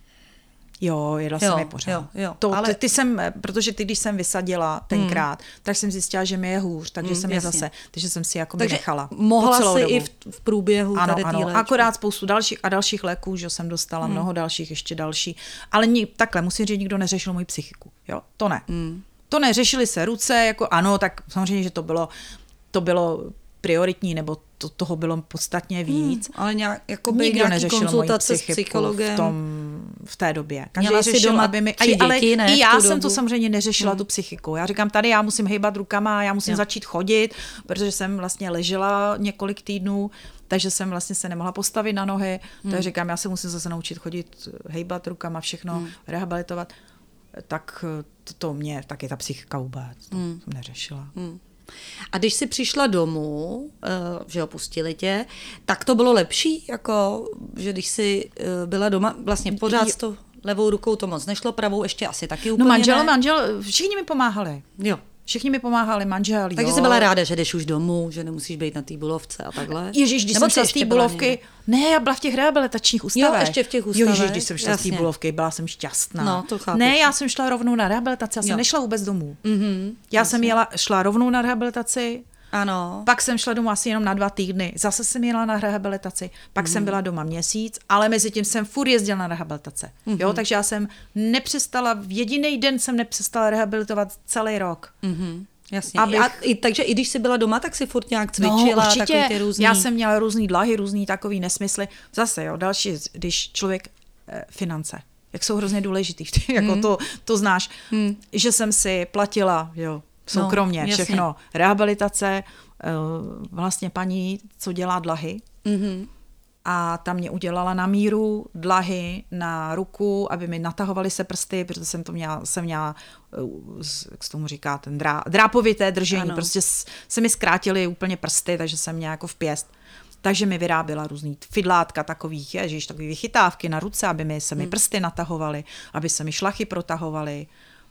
Jo, jedla jo, jsem je pořád. Jo, jo, to, ale... ty, ty jsem, protože ty, když jsem vysadila tenkrát, hmm. tak jsem zjistila, že mi je hůř, takže hmm, jsem je zase, takže jsem si jako by nechala. Mohla si i v, v průběhu ano, tady ano, léčby. Akorát spoustu dalších a dalších léků, že jsem dostala hmm. mnoho dalších, ještě další. Ale ni, takhle, musím říct, nikdo neřešil moji psychiku. Jo, to ne. Hmm. To ne, řešily se ruce, jako ano, tak samozřejmě, že to bylo, to bylo prioritní, nebo to, toho bylo podstatně víc. Hmm, ale nějak, jakoby nikdo neřešil konzultace s psychologem. V, tom, v té době. Každý Měla řešil, doma aby mi... Děti, ale ne, i já jsem dobu. to samozřejmě neřešila, hmm. tu psychiku. Já říkám, tady já musím hejbat rukama, já musím jo. začít chodit, protože jsem vlastně ležela několik týdnů, takže jsem vlastně se nemohla postavit na nohy. Hmm. Takže říkám, já se musím zase naučit chodit, hejbat rukama, všechno, hmm. rehabilitovat. Tak to, to mě taky ta psychika vůbec hmm. jsem neřešila. Hmm. A když jsi přišla domů, že ho pustili tě, tak to bylo lepší, jako, že když jsi byla doma, vlastně pořád s tou levou rukou to moc nešlo, pravou ještě asi taky úplně No manžel, ne. manžel, všichni mi pomáhali. Jo. Všichni mi pomáhali, manžel, Takže jo. jsi byla ráda, že jdeš už domů, že nemusíš být na té bulovce a takhle? Ježíš, když jsem šla z té bulovky, ne, já byla v těch rehabilitačních ústavech. Jo, ještě v těch ústavech. Jo, ježíš, když jsem šla z té bulovky, byla jsem šťastná. No, to chápu. Ne, já jsem šla rovnou na rehabilitaci, já jsem jo. nešla vůbec domů. Mm-hmm, já jasně. jsem jela, šla rovnou na rehabilitaci, ano. Pak jsem šla domů asi jenom na dva týdny. Zase jsem jela na rehabilitaci. Pak mm. jsem byla doma měsíc, ale mezi tím jsem furt jezdila na rehabilitace. Mm-hmm. Jo, takže já jsem nepřestala, v jediný den jsem nepřestala rehabilitovat celý rok. Mm-hmm. Jasně. Abych... A i, takže i když jsi byla doma, tak si furt nějak cvičila, no, určitě. Takový ty různý... Já jsem měla různý dlahy, různý takový nesmysly. Zase, jo, další, když člověk eh, finance, jak jsou hrozně důležitý, jako mm. to, to znáš, mm. že jsem si platila, jo, soukromně, no, všechno, rehabilitace, vlastně paní, co dělá dlahy, mm-hmm. a ta mě udělala na míru dlahy na ruku, aby mi natahovaly se prsty, protože jsem to měla, jsem měla, jak se tomu říká, ten drá, drápovité držení, ano. Prostě se mi zkrátily úplně prsty, takže jsem měla jako v pěst. Takže mi vyráběla různý fidlátka takových, ježiš, takový vychytávky na ruce, aby mi se mi prsty natahovaly, aby se mi šlachy protahovaly.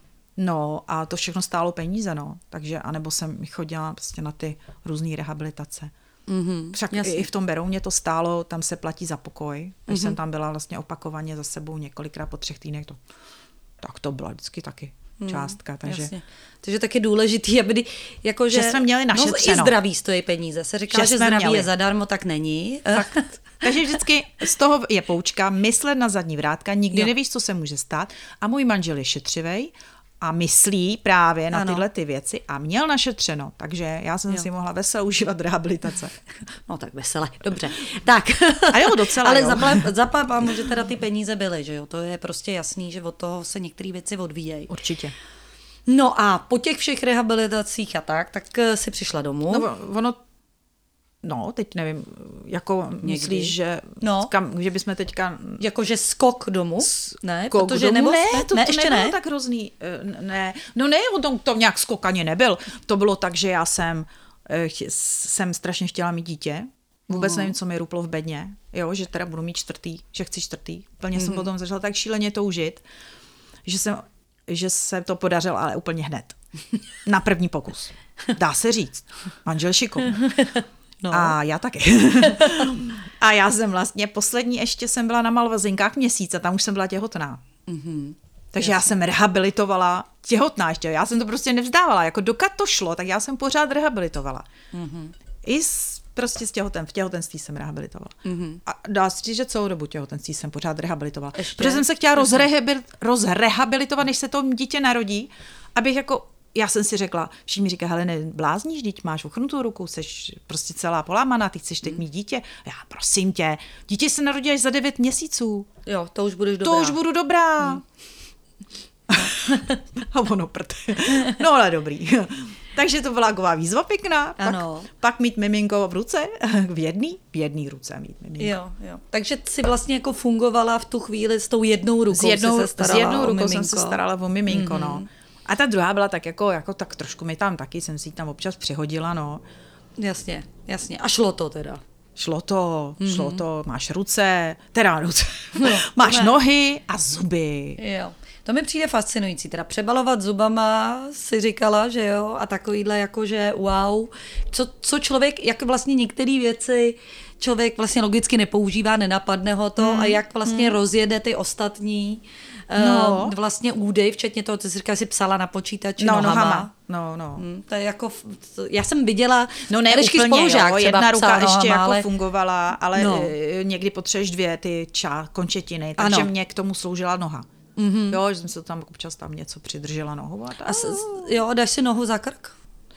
No a to všechno stálo peníze, no. Takže, anebo jsem chodila prostě na ty různý rehabilitace. Mm-hmm, Však jasně. i v tom Berouně to stálo, tam se platí za pokoj. Když mm-hmm. jsem tam byla vlastně opakovaně za sebou několikrát po třech týdnech, to, tak to bylo vždycky taky. částka. Takže... Jasně. Takže tak je důležitý, aby jako, že, že jsme měli naše no, třeno. I zdraví stojí peníze. Se říká, že, že zdraví měli. Je zadarmo, tak není. Fakt. Takže vždycky z toho je poučka, myslet na zadní vrátka, nikdy jo. nevíš, co se může stát. A můj manžel je šetřivej a myslí právě na ano. tyhle ty věci a měl našetřeno, takže já jsem jo. si mohla vesele užívat rehabilitace. No tak vesele, dobře. Tak. A jo, docela Ale jo. zapám, že teda ty peníze byly, že jo, to je prostě jasný, že od toho se některé věci odvíjejí. Určitě. No a po těch všech rehabilitacích a tak, tak si přišla domů. No ono, no teď nevím, jako někdy. Myslíš, že, no. kam, že bychom teďka... Jakože skok domů? Ne, skok protože domů? Nebo, ne, ne, to, ne, to ještě nebylo ne. tak hrozný. Ne, no ne, to, to nějak skok ani nebyl. To bylo tak, že já jsem, jsem strašně chtěla mít dítě. Vůbec uh-huh. nevím, co mi ruplo v bedně, jo, že teda budu mít čtvrtý, že chci čtvrtý. Plně uh-huh. jsem potom začala tak šíleně toužit, že jsem, že se to podařilo, ale úplně hned. Na první pokus. Dá se říct. Manžel šikovný. No. A já taky. A já jsem vlastně poslední ještě jsem byla na Malvazinkách měsíc a tam už jsem byla těhotná. Mm-hmm. Takže Jasně. já jsem rehabilitovala těhotná ještě. Já jsem to prostě nevzdávala. Jako dokud to šlo, tak já jsem pořád rehabilitovala. Mm-hmm. I s, prostě s těhoten, v těhotenství jsem rehabilitovala. Mm-hmm. A dá se říct, že celou dobu těhotenství jsem pořád rehabilitovala. Ještě? Protože jsem se chtěla rozrehabil, rozrehabilitovat, než se to dítě narodí, abych jako já jsem si řekla, všichni mi říká, Helene, blázníš, dítě máš ochrnutou ruku, seš prostě celá polámaná, ty chceš teď mít dítě. Já prosím tě, dítě se narodí až za devět měsíců. Jo, to už budeš dobrá. To už budu dobrá. Hmm. A ono prd. No ale dobrý. Takže to byla taková výzva pěkná. Pak, pak mít miminko v ruce, v jedný, v jedný ruce mít miminko. Jo, jo. Takže si vlastně jako fungovala v tu chvíli s tou jednou rukou. S jednou, se s jednou rukou jsem se starala o miminko, mm-hmm. no. A ta druhá byla tak jako, jako tak trošku mi tam taky, jsem si tam občas přihodila, no. Jasně, jasně. A šlo to teda? Šlo to, mm-hmm. šlo to, máš ruce, teda ruce, no, máš ne. nohy a zuby. Jo. To mi přijde fascinující, teda přebalovat zubama, si říkala, že jo, a takovýhle jakože wow, co, co člověk, jak vlastně některé věci člověk vlastně logicky nepoužívá, nenapadne ho to mm. a jak vlastně mm. rozjede ty ostatní no. uh, vlastně údy, včetně toho, co jsi říkala, jsi psala na počítači no, nohama. nohama. No, no. Hmm, to je jako, já jsem viděla, no ne úplně, jo, jedna ruka nohama, ještě jako ale... fungovala, ale no. někdy potřebuješ dvě ty čá, končetiny, takže ano. mě k tomu sloužila noha. Mm-hmm. Jo, že jsem se tam občas tam něco přidržela nohou. A, a s, jo, dáš si nohu za krk?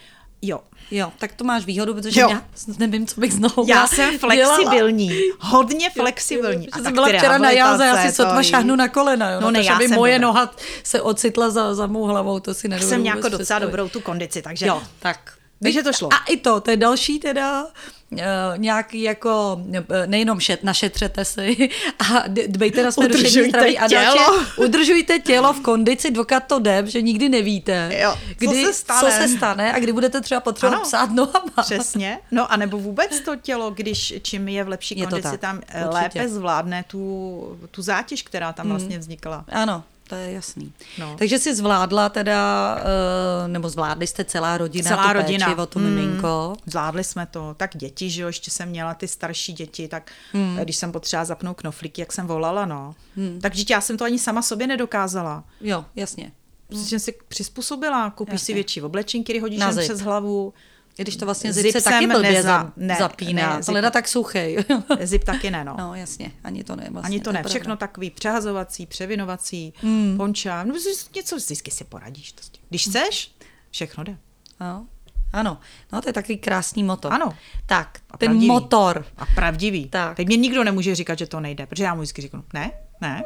Jo. Jo, tak to máš výhodu, protože jo. já nevím, co bych s nohou Já jsem flexibilní, dělala. hodně flexibilní. Jo, a jsem byla včera na jáze, já si sotva šáhnu na kolena, jo, no, ne, to, aby moje dobrá. noha se ocitla za, za mou hlavou, to si nedovedu. Jsem nějakou docela představit. dobrou tu kondici, takže... Jo, tak. Takže to šlo. A i to, to je další teda uh, nějaký jako, nejenom šet, našetřete si a dbejte na své duševní zdraví a další, udržujte tělo v kondici, dokud to jde, že nikdy nevíte, jo, kdy, co, se stane. co se stane a kdy budete třeba potřebovat ano, psát nohama. Přesně, no a nebo vůbec to tělo, když čím je v lepší je kondici, tam určitě. lépe zvládne tu, tu zátěž, která tam vlastně vznikla. Ano. To je jasný. No. Takže jsi zvládla teda, nebo zvládli jste celá rodina celá tu rodina. péči o to hmm. miminko. Zvládli jsme to. Tak děti, že jo, ještě jsem měla ty starší děti, tak hmm. když jsem potřeba zapnout knoflíky, jak jsem volala, no. Hmm. Tak dítě, já jsem to ani sama sobě nedokázala. Jo, jasně. Protože jsem si přizpůsobila, koupíš jasně. si větší oblečinky, když hodíš jen přes hlavu. Když to vlastně zip, zip se taky blbě neza, ne, zapíná, ne, leda tak suchej. Zip taky ne, no. No jasně, ani to ne. Vlastně, ani to, to ne, všechno pravda. Takový přehazovací, převinovací, mm. ponča, no něco vždycky si poradíš. Když chceš, všechno jde. No. Ano, no to je takový krásný motor. Ano. Tak, ten pravdivý. motor. A pravdivý. Tak. Teď mě nikdo nemůže říkat, že to nejde, protože já mu vždycky říkám, ne, ne.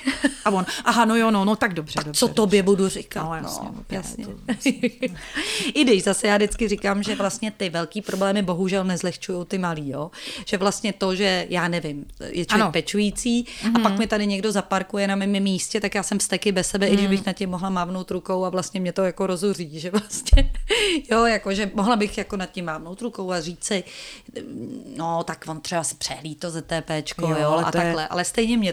A on, aha, no jo, no, no tak dobře, tak dobře. co tobě budu říkat? No jasně. No, jasně. To jasně. I když zase já vždycky říkám, že vlastně ty velký problémy bohužel nezlehčují ty malý, jo. Že vlastně to, že já nevím, je člověk ano. pečující mm-hmm. a pak mi tady někdo zaparkuje na mém místě, tak já jsem steky bez sebe, mm. i když bych na tím mohla mávnout rukou a vlastně mě to jako rozuří, že vlastně, jo, jako, že mohla bych jako nad tím mávnout rukou a říct si, no tak on třeba si přehlí to ZTPčko, jo, jo a takhle, je... ale stejně mě to jako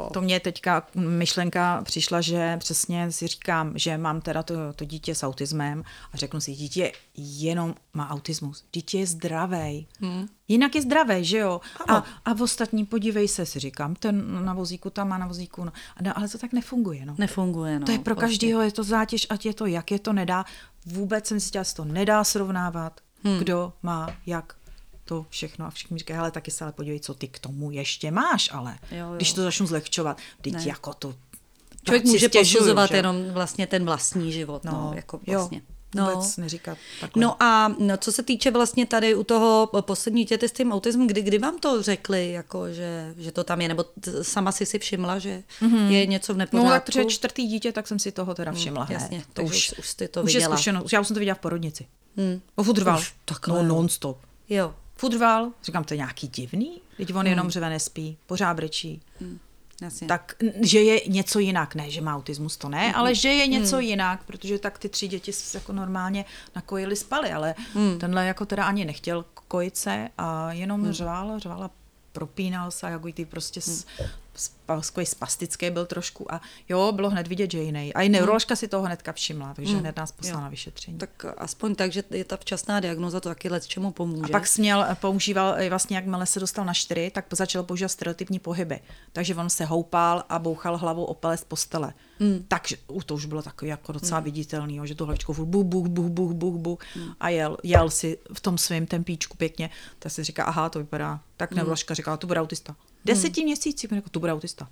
jo. To mě teďka myšlenka přišla, že přesně si říkám, že mám teda to, to dítě s autismem a řeknu si, dítě jenom má autismus. Dítě je zdravej. Hmm. Jinak je zdravej, že jo? A, a v ostatní, podívej se, si říkám, ten na vozíku tam má na vozíku. No. No, ale to tak nefunguje. No. Nefunguje, no. To je pro vlastně. Každého, je to zátěž, ať je to, jak je to nedá. Vůbec jsem si chtěla, to nedá srovnávat, hmm. kdo má jak to všechno a všichni říkají, hele, taky se ale podívej, co ty k tomu ještě máš, ale jo, jo. Když to začnu zlehčovat, teď jako to... Člověk může posuzovat že? Jenom vlastně ten vlastní život, no, no jako vlastně. Jo. Vůbec no. neříkat takhle. No a no, co se týče vlastně tady u toho poslední dítěte s tím autismem, kdy, kdy vám to řekli, jako, že, že to tam je, nebo t- sama si si všimla, že mm-hmm. je něco v nepořádku? No tak protože čtvrtý dítě, tak jsem si toho teda všimla. Mm, jasně, to už, už jsi to už viděla. Je zkušenost, já už jsem to viděla v porodnici. Mm. O fudrval. No non-stop. Jo. Fudrval, říkám, to je nějaký divný, teď on mm. jenom řve nespí, pořád brečí. Mm. Jasně. Tak, že je něco jinak, ne, že má autismus, to ne, mm. ale že je něco mm. jinak, protože tak ty tři děti jako normálně nakojili, spali, ale mm. tenhle jako teda ani nechtěl kojit se a jenom mm. řval, řval a propínal se, jako ty prostě mm. takový spastický byl trošku a jo, bylo hned vidět, že jiný. A i neuroložka mm. si toho hnedka všimla, takže mm. hned nás poslala jo. na vyšetření. Tak aspoň tak, že je ta včasná diagnoza, to taky let čemu pomůže. A pak směl, používal, vlastně jakmile se dostal na čtyři, tak začal používat stereotypní pohyby. Takže on se houpal a bouchal hlavou o pelec postele. Mm. Takže to už bylo takový jako docela mm. viditelný, že tu hlavičkou furt buch, buch, buch, buch, buch, buch mm. a jel, jel si v tom svém tempíčku pěkně. Tak si říká, aha, to vypadá. Tak mm. neuroložka říká, to bude autista. Deseti hmm. měsících, jako to bude autista.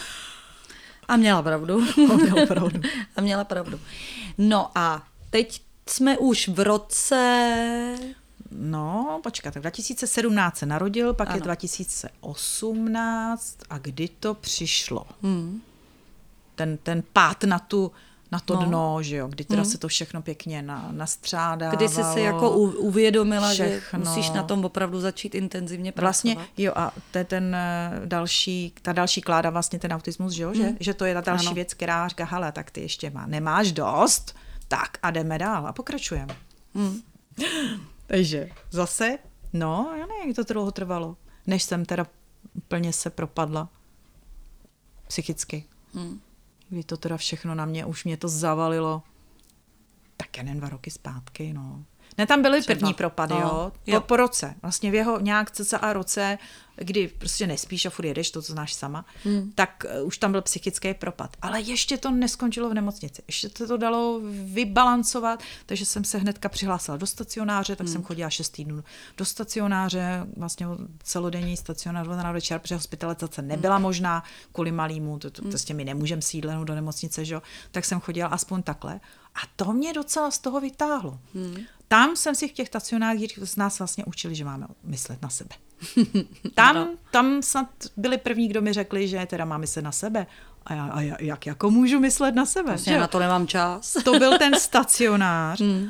A měla pravdu. A měla pravdu. A měla pravdu. No a teď jsme už v roce... No, počkat, tak dva tisíce sedmnáct se narodil, pak ano. je dva tisíce osmnáct a kdy to přišlo? Hmm. Ten, ten pád na tu... na to no. dno, že jo, kdy teda hmm. se to všechno pěkně na, nastřádávalo. Kdy jsi se jako uvědomila, všechno. Že musíš na tom opravdu začít intenzivně pracovat. Vlastně, jo, a to je ten další, ta další kláda vlastně ten autismus, že jo, hmm. že, že to je ta další ano. věc, která říká, hele, tak ty ještě má, nemáš dost, tak a jdeme dál a pokračujeme. Hmm. Takže zase, no, já nevím, jak to dlouho trvalo, než jsem teda úplně se propadla psychicky. Hmm. Kdy to teda všechno na mě, už mě to zavalilo. Tak já nevím, dva roky zpátky, no. Ne, tam byly Třeba. první propady, no, jo. jo. Po, po roce. Vlastně v jeho nějak cca roce, kdy prostě nespíš a furt jedeš, to, co znáš sama, hmm. tak už tam byl psychický propad. Ale ještě to neskončilo v nemocnici. Ještě to, to dalo vybalancovat, takže jsem se hnedka přihlásila do stacionáře, tak hmm. jsem chodila šest týdnů do stacionáře, vlastně celodenní stacionář na večer, protože hospitalizace nebyla hmm. možná kvůli malýmu, to, to, to, to s těmi nemůžem sídlenou do nemocnice, že jo. Tak jsem chodila aspoň takhle. A to mě docela z toho vytáhlo. Hmm. Tam jsem si v těch stacionářích z nás vlastně učili, že máme myslet na sebe. Tam, no. tam snad byli první, kdo mi řekli, že teda mám myslet na sebe. A, já, a já, jak jako můžu myslet na sebe? Vlastně na to nemám čas. To byl ten stacionář. Hmm.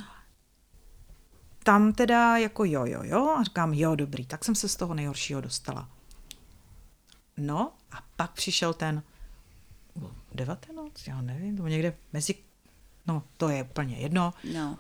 Tam teda jako jo, jo, jo. A říkám, jo, dobrý. Tak jsem se z toho nejhoršího dostala. No a pak přišel ten devatenáct, já nevím, to bylo někde mezi, no to je úplně jedno. No.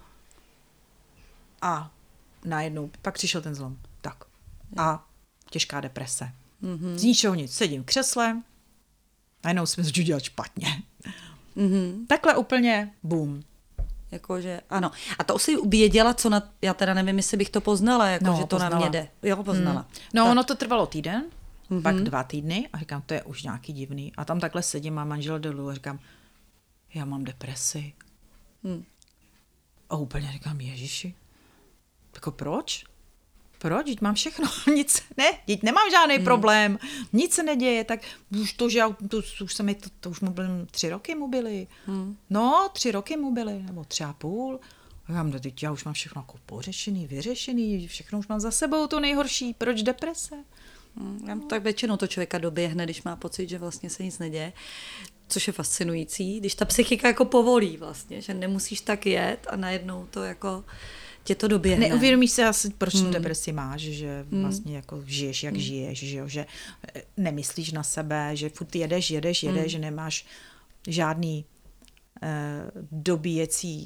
A najednou, pak přišel ten zlom. Tak. A těžká deprese. Mm-hmm. Z ničeho nic. Sedím v křesle, najednou jsme začali dělat špatně. Mm-hmm. Takhle úplně boom. Jakože, ano. A to si věděla, co na, já teda nevím, jestli bych to poznala, jako, no, že to poznala. Na mě jde. Jo, poznala. Mm. No, tak. Ono to trvalo týden, mm-hmm. pak dva týdny a říkám, to je už nějaký divný. A tam takhle sedím a manžel dolů a říkám, já mám depresi. Mm. A úplně říkám, ježiši, jako proč? Proč? Teď mám všechno. Nic, ne, teď nemám žádný hmm. problém. Nic se neděje, tak už to, že já, to, už se mi, to, to už mu byly, tři roky mu byly. Hmm. No, tři roky mu byly, nebo tři a půl. Já, teď já už mám všechno jako pořešený, vyřešený, všechno už mám za sebou, to nejhorší. Proč deprese? Hmm, tak většinou to člověka doběhne, když má pocit, že vlastně se nic neděje. Což je fascinující, když ta psychika jako povolí vlastně, že nemusíš tak jet a najednou to jako tě to doběhne. Neuvědomíš se asi, proč hmm. tu depresi máš, že vlastně jako žiješ, jak hmm. žiješ, že, jo? Že nemyslíš na sebe, že furt jedeš, jedeš, jedeš, hmm. že nemáš žádný eh, dobíjecí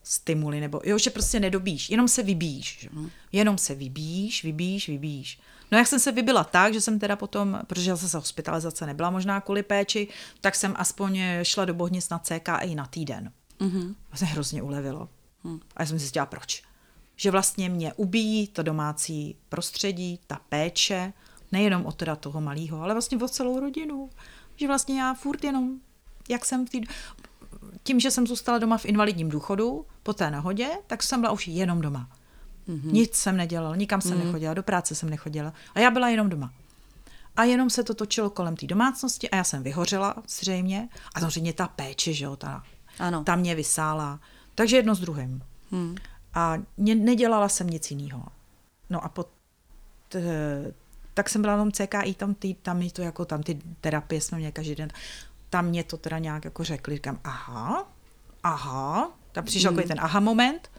stimuly, nebo jo, že prostě nedobíš, jenom se vybíš. Že? Jenom se vybíš, vybíš, vybíš. No jak jsem se vybila tak, že jsem teda potom, protože zase hospitalizace nebyla možná kvůli péči, tak jsem aspoň šla do Bohnic na C K I na týden. Mm-hmm. A se hrozně ulevilo. Mm. A já jsem si zjistila, proč. Že vlastně mě ubíjí to domácí prostředí, ta péče, nejenom od teda toho malého, ale vlastně o celou rodinu. Že vlastně já furt jenom, jak jsem v tý... tím, že jsem zůstala doma v invalidním důchodu po té nehodě, tak jsem byla už jenom doma. Mm-hmm. Nic jsem nedělala, nikam jsem mm-hmm. nechodila, do práce jsem nechodila a já byla jenom doma. A jenom se to točilo kolem té domácnosti a já jsem vyhořela zřejmě a samozřejmě ta péče, že jo, ta, ta mě vysála. Takže jedno s druhým. Mm. A ne, nedělala jsem nic jiného. No a pot, t, tak jsem byla na tom C K I, tam, ty, tam, je to jako, tam ty terapie jsme měli každý den. Tam mě to teda nějak jako řekli, říkám, aha, aha, tam přišel mm. ten aha moment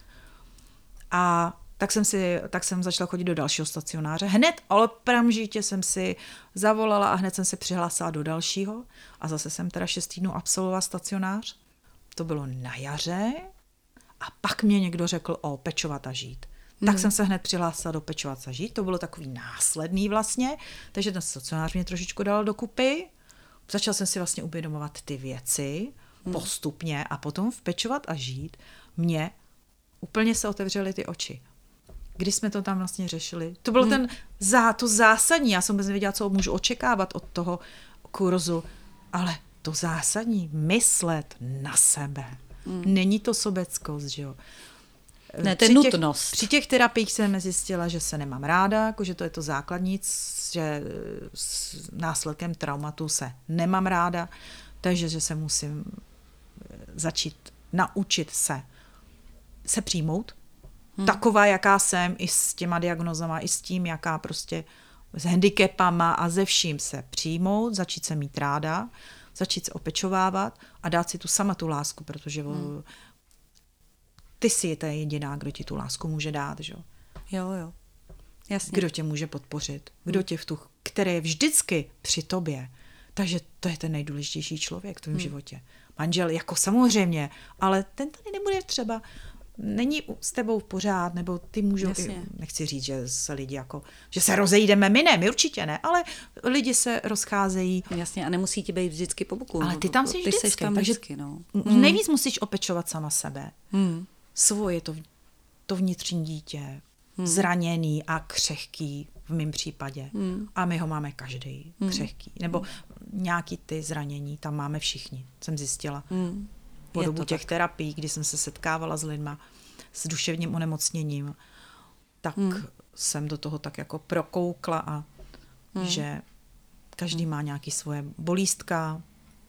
a tak jsem, si, tak jsem začala chodit do dalšího stacionáře. Hned, ale okamžitě jsem si zavolala a hned jsem se přihlásila do dalšího a zase jsem teda šest týdnů absolvovala stacionář. To bylo na jaře a pak mě někdo řekl o pečovat a žít. Mm. Tak jsem se hned přihlásila do pečovat a žít. To bylo takový následný vlastně, takže ten stacionář mě trošičku dal dokupy. Začala jsem si vlastně uvědomovat ty věci mm. postupně a potom v pečovat a žít mě úplně se otevřely ty oči. Když jsme to tam vlastně řešili. To bylo hmm. ten zá, to zásadní. Já jsem vůbec nevěděla, co můžu očekávat od toho kurzu, ale to zásadní, myslet na sebe. Hmm. Není to sobeckost, že jo. Ne, to je nutnost. Při těch terapiích jsem zjistila, že se nemám ráda, jako že to je to základní, že s následkem traumatu se nemám ráda, takže že se musím začít naučit se se přijmout. Hmm. Taková, jaká jsem, i s těma diagnozama, i s tím, jaká prostě s handicapama a ze vším se přijmout, začít se mít ráda, začít se opečovávat a dát si tu sama tu lásku, protože hmm. ty jsi ta jediná, kdo ti tu lásku může dát, že? Jo, jo. Jasně. Kdo tě může podpořit, kdo tě v tu, který je vždycky při tobě. Takže to je ten nejdůležitější člověk v tvém hmm. životě. Manžel jako samozřejmě, ale ten tady nebude třeba není s tebou pořád, nebo ty můžou, i, nechci říct, že se lidi jako, že se rozejdeme, my ne, my určitě ne, ale lidi se rozcházejí. Jasně, a nemusí ti být vždycky po boku. Ale ty tam jsi vždycky, ty tam takže vždycky, no. Nejvíc musíš opečovat sama sebe. Hmm. Svoje to, to vnitřní dítě, hmm. zraněný a křehký v mém případě. Hmm. A my ho máme každý hmm. křehký. Nebo hmm. nějaký ty zranění, tam máme všichni, jsem zjistila. Hmm. Po dobu těch tak. terapií, kdy jsem se setkávala s lidma s duševním onemocněním, tak hmm. jsem do toho tak jako prokoukla a hmm. že každý hmm. má nějaký svoje bolístka,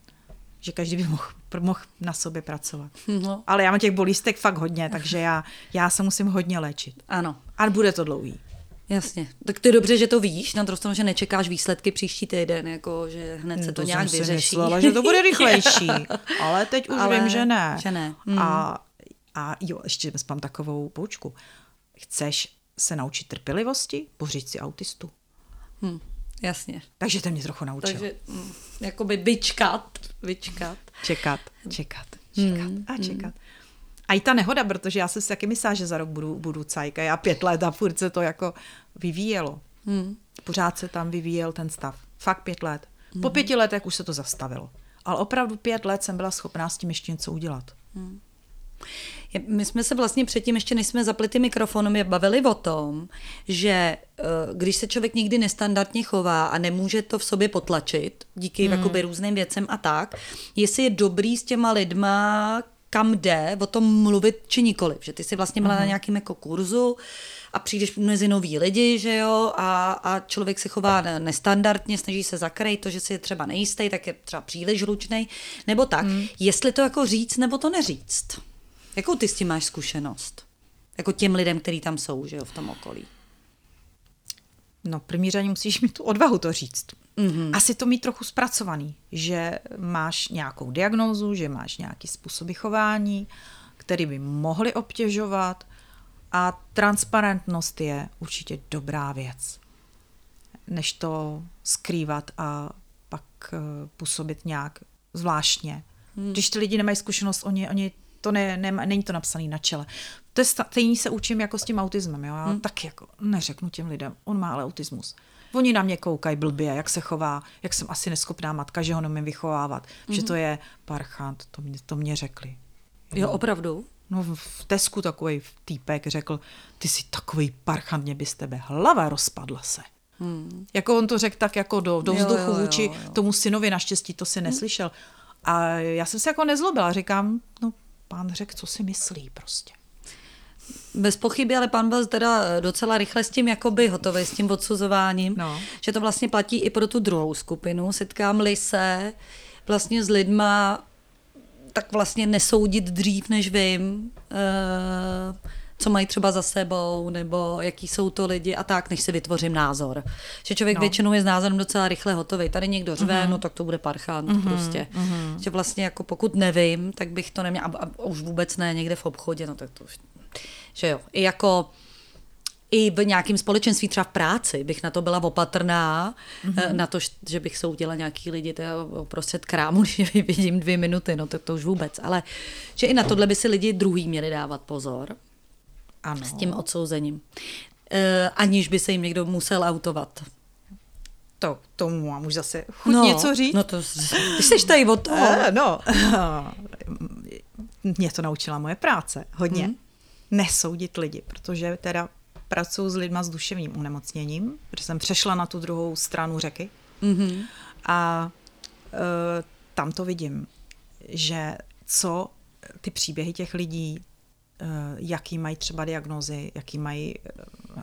že každý by mohl, mohl na sobě pracovat. No. Ale já mám těch bolístek fakt hodně, takže já, já se musím hodně léčit. Ano. A bude to dlouhý. Jasně. Tak to je dobře, že to víš, na druhou stranu, že nečekáš výsledky příští týden, jako, že hned se hmm, to, to nějak jsem vyřeší. Si myslela, že to bude rychlejší, ale teď už ale, vím, že ne. Že ne. Hmm. A, a jo, ještě mám takovou poučku. Chceš se naučit trpělivosti? Pořiď si autistu. Hmm. Jasně. Takže ten mě trochu naučil. Takže mm, jakoby vyčkat, vyčkat. Čekat, čekat, čekat hmm. a čekat. Hmm. A i ta nehoda, protože já jsem si taky myslela, že za rok budu, budu cajka. Já pět let a furt se to jako vyvíjelo. Hmm. Pořád se tam vyvíjel ten stav. Fakt pět let. Hmm. Po pěti letech už se to zastavilo. Ale opravdu pět let jsem byla schopná s tím ještě něco udělat. Hmm. My jsme se vlastně předtím, ještě než jsme zapli ty mikrofony, bavili o tom, že když se člověk někdy nestandardně chová a nemůže to v sobě potlačit díky hmm. jakoby různým věcem a tak, jestli je dobrý s těma lidma, kam jde, o tom mluvit či nikoliv. Že ty jsi vlastně byla uh-huh. na nějakým jako kurzu a přijdeš mezi nový lidi, že jo, a, a člověk se chová nestandardně, snaží se zakrýt to, že si je třeba nejistý, tak je třeba příliš hlučnej, nebo tak. Hmm. Jestli to jako říct, nebo to neříct. Jakou ty s tím máš zkušenost? Jako těm lidem, kteří tam jsou, že jo, v tom okolí. No, v první řadě musíš mít tu odvahu to říct. Mm-hmm. Asi to mít trochu zpracovaný, že máš nějakou diagnózu, že máš nějaký způsoby chování, který by mohly obtěžovat a transparentnost je určitě dobrá věc. Než to skrývat a pak působit nějak zvláštně. Mm. Když ty lidi nemají zkušenost, oni, oni To ne, ne, není to napsané na čele. To je stejný se učím jako s tím autismem. Jo? Já hmm. taky jako neřeknu těm lidem, on má ale autismus. Oni na mě koukají blbě, jak se chová, jak jsem asi neschopná matka, že ho nemím vychovávat. Hmm. Že to je parchant, to mě, to mě řekli. Jo, jo, opravdu? No v Tesku takovej týpek řekl, ty jsi takovej parchant, mě by z tebe hlava rozpadla se. Hmm. Jako on to řekl tak jako do, do vzduchu jo, jo, vůči jo, jo. tomu synovi, naštěstí to si neslyšel. A já jsem se jako nezlobila, říkám, no pán řekl, co si myslí prostě. Bez pochyby, ale pán byl teda docela rychle s tím jakoby hotový, s tím odsuzováním, no. Že to vlastně platí i pro tu druhou skupinu. Setkám-li se vlastně s lidma, tak vlastně nesoudit dřív, než vím, co mají třeba za sebou, nebo jaký jsou to lidi a tak, než si vytvořím názor. Že člověk no. většinou je s názorem docela rychle hotový. Tady někdo řve, uh-huh. no tak to bude parchant uh-huh. prostě. Uh-huh. Že vlastně jako pokud nevím, tak bych to neměla, a, a už vůbec ne někde v obchodě, no tak to už, že jo. I jako i v nějakém společenství, třeba v práci, bych na to byla opatrná, mm-hmm. na to, že bych soudila nějaký lidi prostřed krámu, když vidím dvě minuty, no to, to už vůbec. Ale že i na tohle by si lidi druhý měli dávat pozor. Ano. S tím odsouzením. E, aniž by se jim někdo musel autovat. To tomu mám už zase chuť no, něco říct. No to, ty jsi tady od toho. E, no, mě to naučila moje práce, hodně. Hmm. Nesoudit lidi, protože teda pracuji s lidma s duševním onemocněním, protože jsem přešla na tu druhou stranu řeky mm-hmm. a e, tam to vidím, že co ty příběhy těch lidí, e, jaký mají třeba diagnózy, jaký mají, e,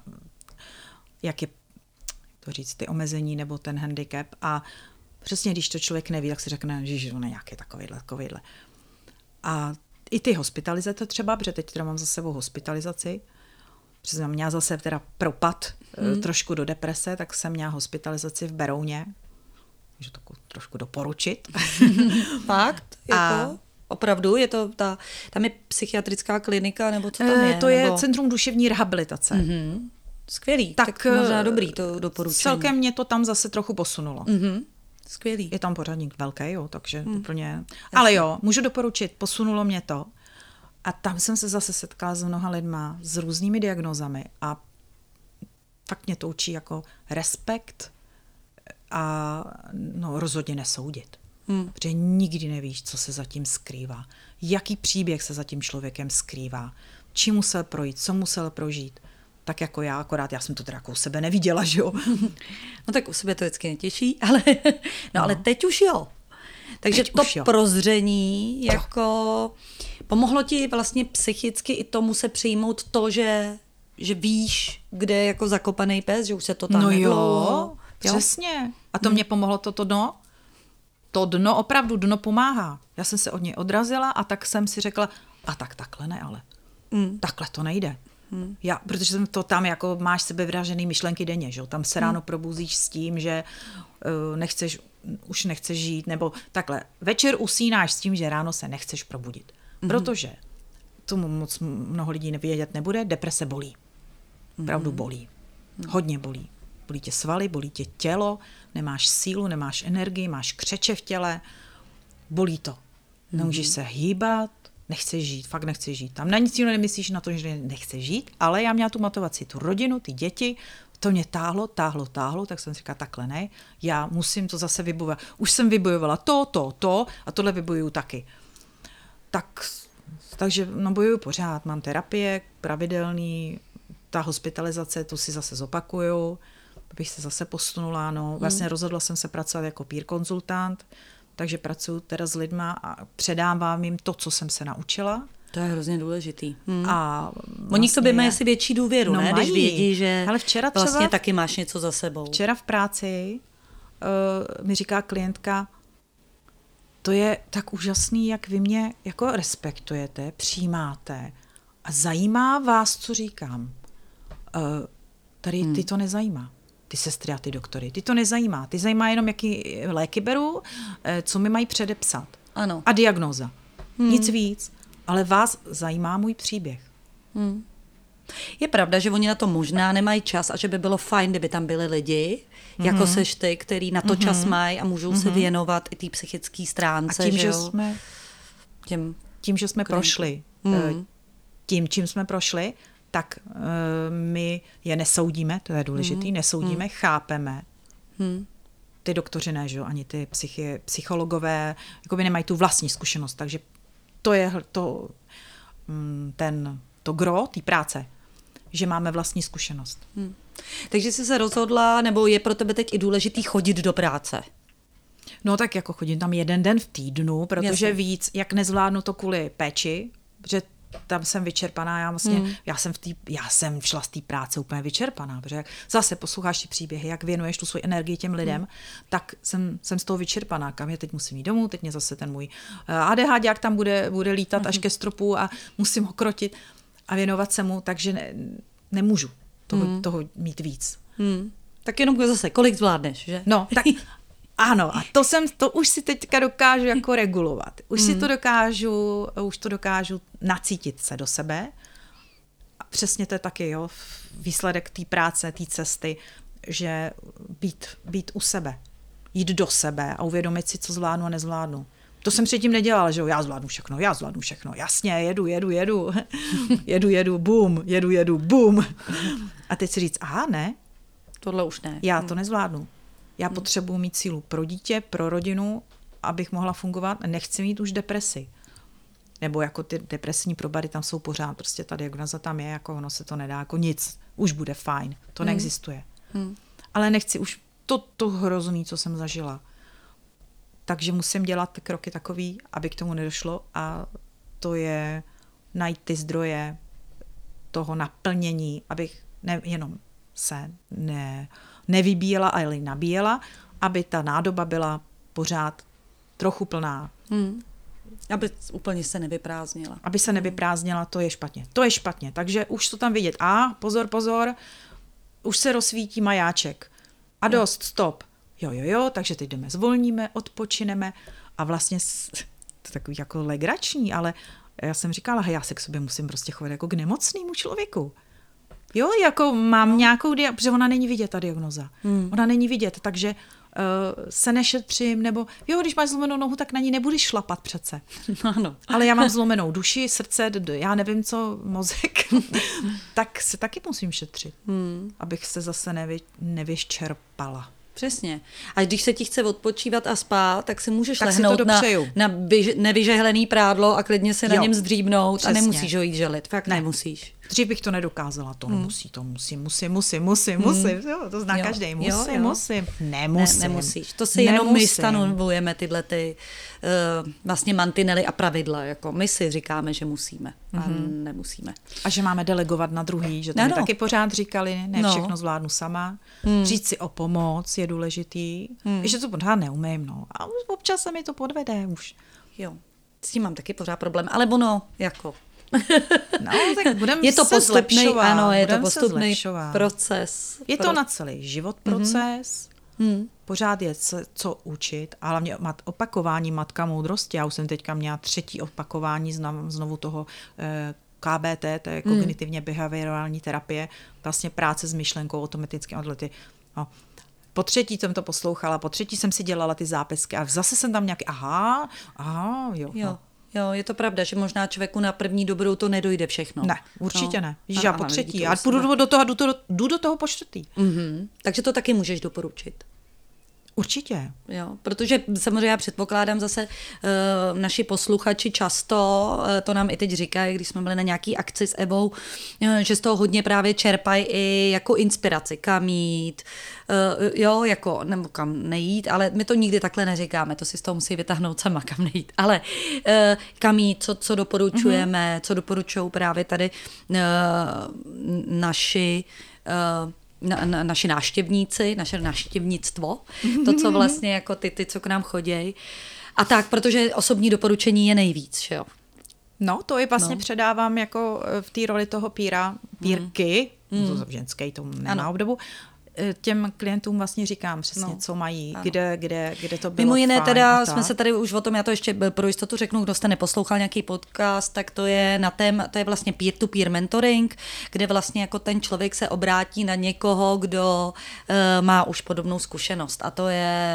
jak je to říct, ty omezení nebo ten handicap a přesně když to člověk neví, tak si řekne, že on je nějaký takovýhle, takovýhle. A i ty hospitalizace třeba, protože teď teda mám za sebou hospitalizaci, protože jsem měla zase teda propad hmm. trošku do deprese, tak jsem měla hospitalizaci v Berouně. Můžu to trošku doporučit. Fakt? Jako? A opravdu? Je to ta, tam je psychiatrická klinika, nebo co tam je? To je nebo... Centrum duševní rehabilitace. Mm-hmm. Skvělý, tak, tak možná dobrý to doporučení. Celkem mě to tam zase trochu posunulo. Mm-hmm. Skvělý. Je tam pořadník velký, jo, takže mm. úplně... Ale jo, můžu doporučit, posunulo mě to. A tam jsem se zase setkala s mnoha lidma s různými diagnózami a fakt mě to učí jako respekt a no, rozhodně nesoudit. Hmm. Protože nikdy nevíš, co se zatím skrývá. Jaký příběh se za tím člověkem skrývá. Čím musel projít, co musel prožít. Tak jako já, akorát já jsem to teda jako u sebe neviděla, že jo. No tak u sebe to vždycky netěší, ale, no, no. ale teď už jo. Takže teď to prozření jako pomohlo ti vlastně psychicky i tomu se přijmout to, že, že víš, kde je jako zakopaný pes, že už se to tam no nedlouho. Jo, přesně. A to hmm. mě pomohlo toto dno. To dno, opravdu dno pomáhá. Já jsem se od něj odrazila a tak jsem si řekla, a tak takhle ne, ale hmm. takhle to nejde. Hmm. Já, protože jsem to tam jako máš sebevražený myšlenky denně, že? Tam se ráno hmm. probuzíš s tím, že uh, nechceš, už nechceš žít, nebo takhle. Večer usínáš s tím, že ráno se nechceš probudit. Hmm. Protože tomu moc mnoho lidí nevědět nebude, deprese bolí. Pravdu bolí. Hmm. Hodně bolí. Bolí tě svaly, bolí tě tělo, nemáš sílu, nemáš energii, máš křeče v těle, bolí to. Nemůžeš hmm. se hýbat, nechceš žít, fakt nechceš žít. Tam na nic jiného nemyslíš na to, že nechceš žít, ale já měla tu motivaci, tu rodinu, ty děti, to mě táhlo, táhlo, táhlo, tak jsem si říkala, takhle ne, já musím to zase vybojovat. Už jsem vybojovala to, to, to a tohle vybojuju taky. Tak, takže no, bojuju pořád, mám terapie pravidelný, ta hospitalizace, to si zase zopakuju, bych se zase posunula, no. Vlastně hmm. rozhodla jsem se pracovat jako peer konzultant, takže pracuji teda s lidma a předávám jim to, co jsem se naučila. To je hrozně důležitý. Hmm. A vlastně, oni k tobě mají asi větší důvěru, no ne? Mají. Když vědí, že ale včera třeba, vlastně taky máš něco za sebou. Včera v práci uh, mi říká klientka, to je tak úžasný, jak vy mě jako respektujete, přijímáte a zajímá vás, co říkám. Uh, tady hmm. ty to nezajímá. Ty sestry a ty doktory. Ty to nezajímá. Ty zajímá jenom, jaký léky beru, co mi mají předepsat. Ano. A diagnóza. Hmm. Nic víc. Ale vás zajímá můj příběh. Hmm. Je pravda, že oni na to možná nemají čas a že by bylo fajn, kdyby tam byli lidi, mm-hmm. jako seš ty, který na to čas mm-hmm. mají a můžou mm-hmm. se věnovat i té psychické stránce. A tím, že, že jsme těm tím, že jsme Klientů. prošli Mm. tím, čím jsme prošli, tak uh, my je nesoudíme, to je důležitý, Mm. nesoudíme, Mm. chápeme. Mm. Ty doktoři ne, že jo, ani ty psychi, psychologové, jakoby nemají tu vlastní zkušenost, takže to je to, ten, to gro té práce, že máme vlastní zkušenost. Hmm. Takže jsi se rozhodla, nebo je pro tebe teď i důležitý chodit do práce? No tak jako chodím tam jeden den v týdnu, protože Jasně. víc, jak nezvládnu to kvůli péči, protože tam jsem vyčerpaná, já vlastně, hmm. já jsem v tý, já jsem šla z té práce úplně vyčerpaná, protože zase posloucháš ty příběhy, jak věnuješ tu svou energii těm lidem, hmm. tak jsem, jsem z toho vyčerpaná, kam je teď musím jít domů, teď mě zase ten můj ADHDák tam bude, bude lítat hmm. až ke stropu a musím ho krotit a věnovat se mu, takže ne, nemůžu toho, hmm. toho mít víc. Hmm. Tak jenom zase, kolik zvládneš, že? No, tak ano, a to jsem, to už si teďka dokážu jako regulovat. Už mm. si to dokážu, už to dokážu nacítit se do sebe. A přesně to je taky, jo, výsledek té práce, té cesty, že být, být u sebe, jít do sebe a uvědomit si, co zvládnu a nezvládnu. To jsem předtím nedělala, že jo, já zvládnu všechno, já zvládnu všechno, jasně, jedu, jedu, jedu, jedu, jedu, bum, jedu, jedu, bum. A teď si říct, aha, ne. Tohle už ne. Já to nezvládnu. Já potřebuji mít sílu pro dítě, pro rodinu, abych mohla fungovat. Nechci mít už depresi. Nebo jako ty depresní probady tam jsou pořád. Prostě ta diagnoza tam je, jako ono se to nedá, jako nic. Už bude fajn. To hmm. neexistuje. Hmm. Ale nechci už to, to hrozný, co jsem zažila. Takže musím dělat ty kroky takový, aby k tomu nedošlo. A to je najít ty zdroje toho naplnění, abych nejenom se ne... nevybíjela, ale nabíjela, aby ta nádoba byla pořád trochu plná. Hmm. Aby úplně se nevyprázdnila. Aby se nevyprázdnila, to je špatně. To je špatně, takže už to tam vidět. A pozor, pozor, už se rozsvítí majáček. A dost, stop. Jo, jo, jo, takže teď jdeme, zvolníme, odpočineme a vlastně to je takový jako legrační, ale já jsem říkala, hej, já se k sobě musím prostě chovat jako k nemocnému člověku. Jo, jako mám no. nějakou diagnozu, protože ona není vidět, ta diagnoza. Hmm. Ona není vidět, takže uh, se nešetřím, nebo jo, když máš zlomenou nohu, tak na ní nebudeš šlapat přece. Ano. Ale já mám zlomenou duši, srdce, já nevím co, mozek, tak se taky musím šetřit, hmm. abych se zase nevy, nevyščerpala. Přesně. A když se ti chce odpočívat a spát, tak si můžeš tak lehnout si na, na vyž, nevyžehlený prádlo a klidně se jo. na něm zdříbnout Přesně. a nemusíš ho jít želit. Fakt ne. nemusíš. Dřív bych to nedokázala, to hmm. musí, to musím, musím, musím, musím, hmm. musím. Jo, to zná jo. každý. Musím, jo, jo. musím. Nemusím. Ne, nemusíš. To si jenom my stanovujeme tyhle ty uh, vlastně mantinely a pravidla. Jako my si říkáme, že musíme a hmm. nemusíme. A že máme delegovat na druhý, že to no, mi no. taky pořád říkali, ne no. všechno zvládnu sama. Hmm. Říct si o pomoc je důležitý. Hmm. Že to pořád neumím, no. A občas se mi to podvede už. Jo. S tím mám taky pořád problém, ale ono jako... No, tak budeme je to se postupný, zlepšovat. Ano, je budem to postupný proces. Je to na celý život proces. Mm-hmm. Pořád je co, co učit. A hlavně mat, opakování matka moudrosti. Já už jsem teďka měla třetí opakování znovu, znovu toho eh, K B T, to je kognitivně behaviorální terapie, vlastně práce s myšlenkou, automatickými odlety. No. Po třetí jsem to poslouchala, po třetí jsem si dělala ty zápisky a zase jsem tam nějaký, aha, aha, jo. Jo. No. Jo, je to pravda, že možná člověku na první dobrou to nedojde všechno. Ne, určitě no. ne. Ježiš, já po třetí. Já půjdu do toho, jdu, to, jdu do toho po čtvrtý. Mm-hmm. Takže to taky můžeš doporučit. Určitě. Jo, protože samozřejmě já předpokládám zase uh, naši posluchači často, uh, to nám i teď říkají, když jsme byli na nějaký akci s Evou, uh, že z toho hodně právě čerpají i jako inspiraci, kam jít, uh, jo, jako, nebo kam nejít, ale my to nikdy takhle neříkáme, to si z toho musí vytáhnout sama, kam nejít, ale uh, kam jít, co, co doporučujeme, mm-hmm. co doporučují právě tady uh, naši uh, Na, na, naši návštěvníci, naše návštěvnictvo, to, co vlastně jako ty, ty co k nám chodějí. A tak, protože osobní doporučení je nejvíc, že jo? No, to je vlastně no. předávám jako v té roli toho píra, pírky, mm. to ženský, to nemá ano. obdobu, těm klientům vlastně říkám přesně, no. co mají, kde, kde, kde to bylo Mimo jiné fajn teda jsme se tady už o tom, já to ještě pro jistotu řeknu, kdo jste neposlouchal nějaký podcast, tak to je na tém, to je vlastně peer-to-peer mentoring, kde vlastně jako ten člověk se obrátí na někoho, kdo uh, má už podobnou zkušenost a to je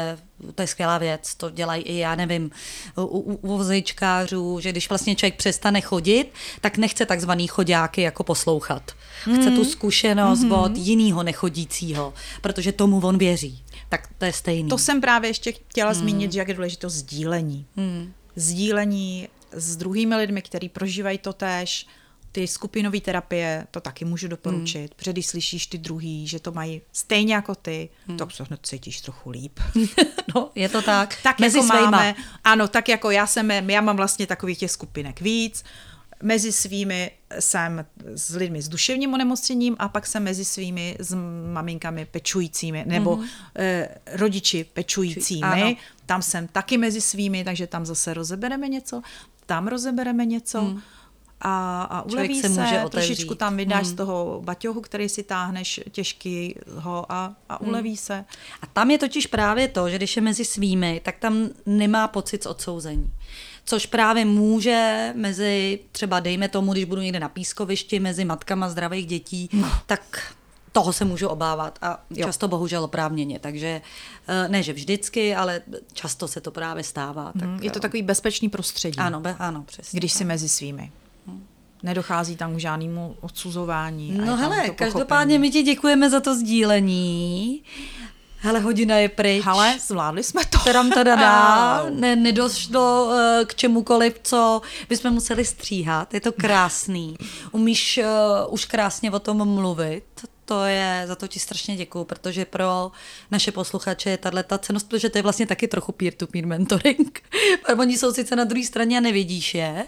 to je skvělá věc, to dělají i, já nevím, u, u, u vozejčkářů, že když vlastně člověk přestane chodit, tak nechce takzvaný choďáky jako poslouchat. Chce tu zkušenost mm-hmm. od jinýho nechodícího, protože tomu on věří. Tak to je stejný. To jsem právě ještě chtěla mm. zmínit, že jak je důležité sdílení. Mm. Sdílení s druhými lidmi, kteří prožívají to též. Ty skupinové terapie, to taky můžu doporučit, mm. protože když slyšíš ty druhý, že to mají stejně jako ty, mm. tak se hned cítíš trochu líp. No, je to tak. Tak mezi jako svýma. máme, ano, tak jako já jsem, já mám vlastně takových těch skupinek víc. Mezi svými jsem s lidmi s duševním onemocněním a pak jsem mezi svými s maminkami pečujícími nebo mm-hmm. eh, rodiči pečujícími. Ano. Tam jsem taky mezi svými, takže tam zase rozebereme něco, tam rozebereme něco mm. a, a uleví se, se trošičku tam vydáš mm. z toho baťohu, který si táhneš těžkýho a, a uleví mm. se. A tam je totiž právě to, že když je mezi svými, tak tam nemá pocit z odsouzení. Což právě může mezi, třeba dejme tomu, když budu někde na pískovišti, mezi matkama zdravých dětí, no. tak toho se můžu obávat a jo. často bohužel oprávněně. Takže ne, že vždycky, ale často se to právě stává. Tak, je to takový bezpečný prostředí. Ano, be, ano, přesně. Když jsi mezi svými. Nedochází tam k žádnému odsuzování. No hele, každopádně my ti děkujeme za to sdílení. Hele, hodina je pryč. Hele, zvládli jsme to. Tadam, tadadá. Ne, nedošlo uh, k čemukoliv, co bychom museli stříhat. Je to krásný. Umíš uh, už krásně o tom mluvit. To je, za to ti strašně děkuju, protože pro naše posluchače je tato cenost, protože to je vlastně taky trochu peer-to-peer mentoring. Oni jsou sice na druhé straně a nevidíš je,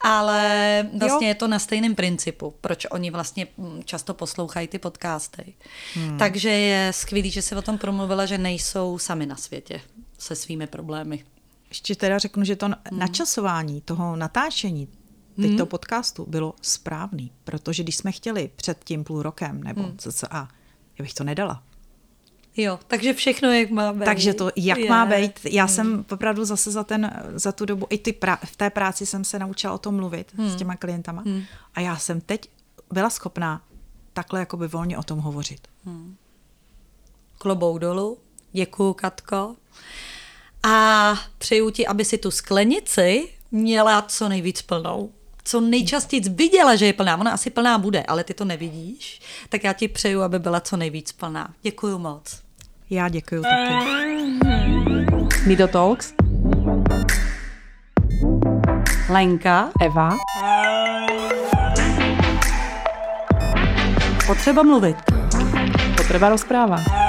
ale vlastně jo. je to na stejném principu, proč oni vlastně často poslouchají ty podcasty. Hmm. Takže je skvělý, že jsi o tom promluvila, že nejsou sami na světě se svými problémy. Ještě teda řeknu, že to hmm. načasování toho natáčení teď to podcastu bylo správný, protože když jsme chtěli před tím půl rokem, nebo hmm. cca, já bych to nedala. Jo, takže všechno, jak má být. Takže to, jak je. má být. Já hmm. jsem opravdu zase za, ten, za tu dobu, i ty pra, v té práci jsem se naučila o tom mluvit hmm. s těma klientama hmm. a já jsem teď byla schopná takhle jakoby volně o tom hovořit. Hmm. Klobouk dolů, děkuju, Katko. A přeju ti, aby si tu sklenici měla co nejvíc plnou. Co nejčastěji viděla, že je plná. Ona asi plná bude, ale ty to nevidíš. Tak já ti přeju, aby byla co nejvíc plná. Děkuju moc. Já děkuju taky. Nido Talks. Lenka. Eva. Potřeba mluvit. Potreba rozpráva.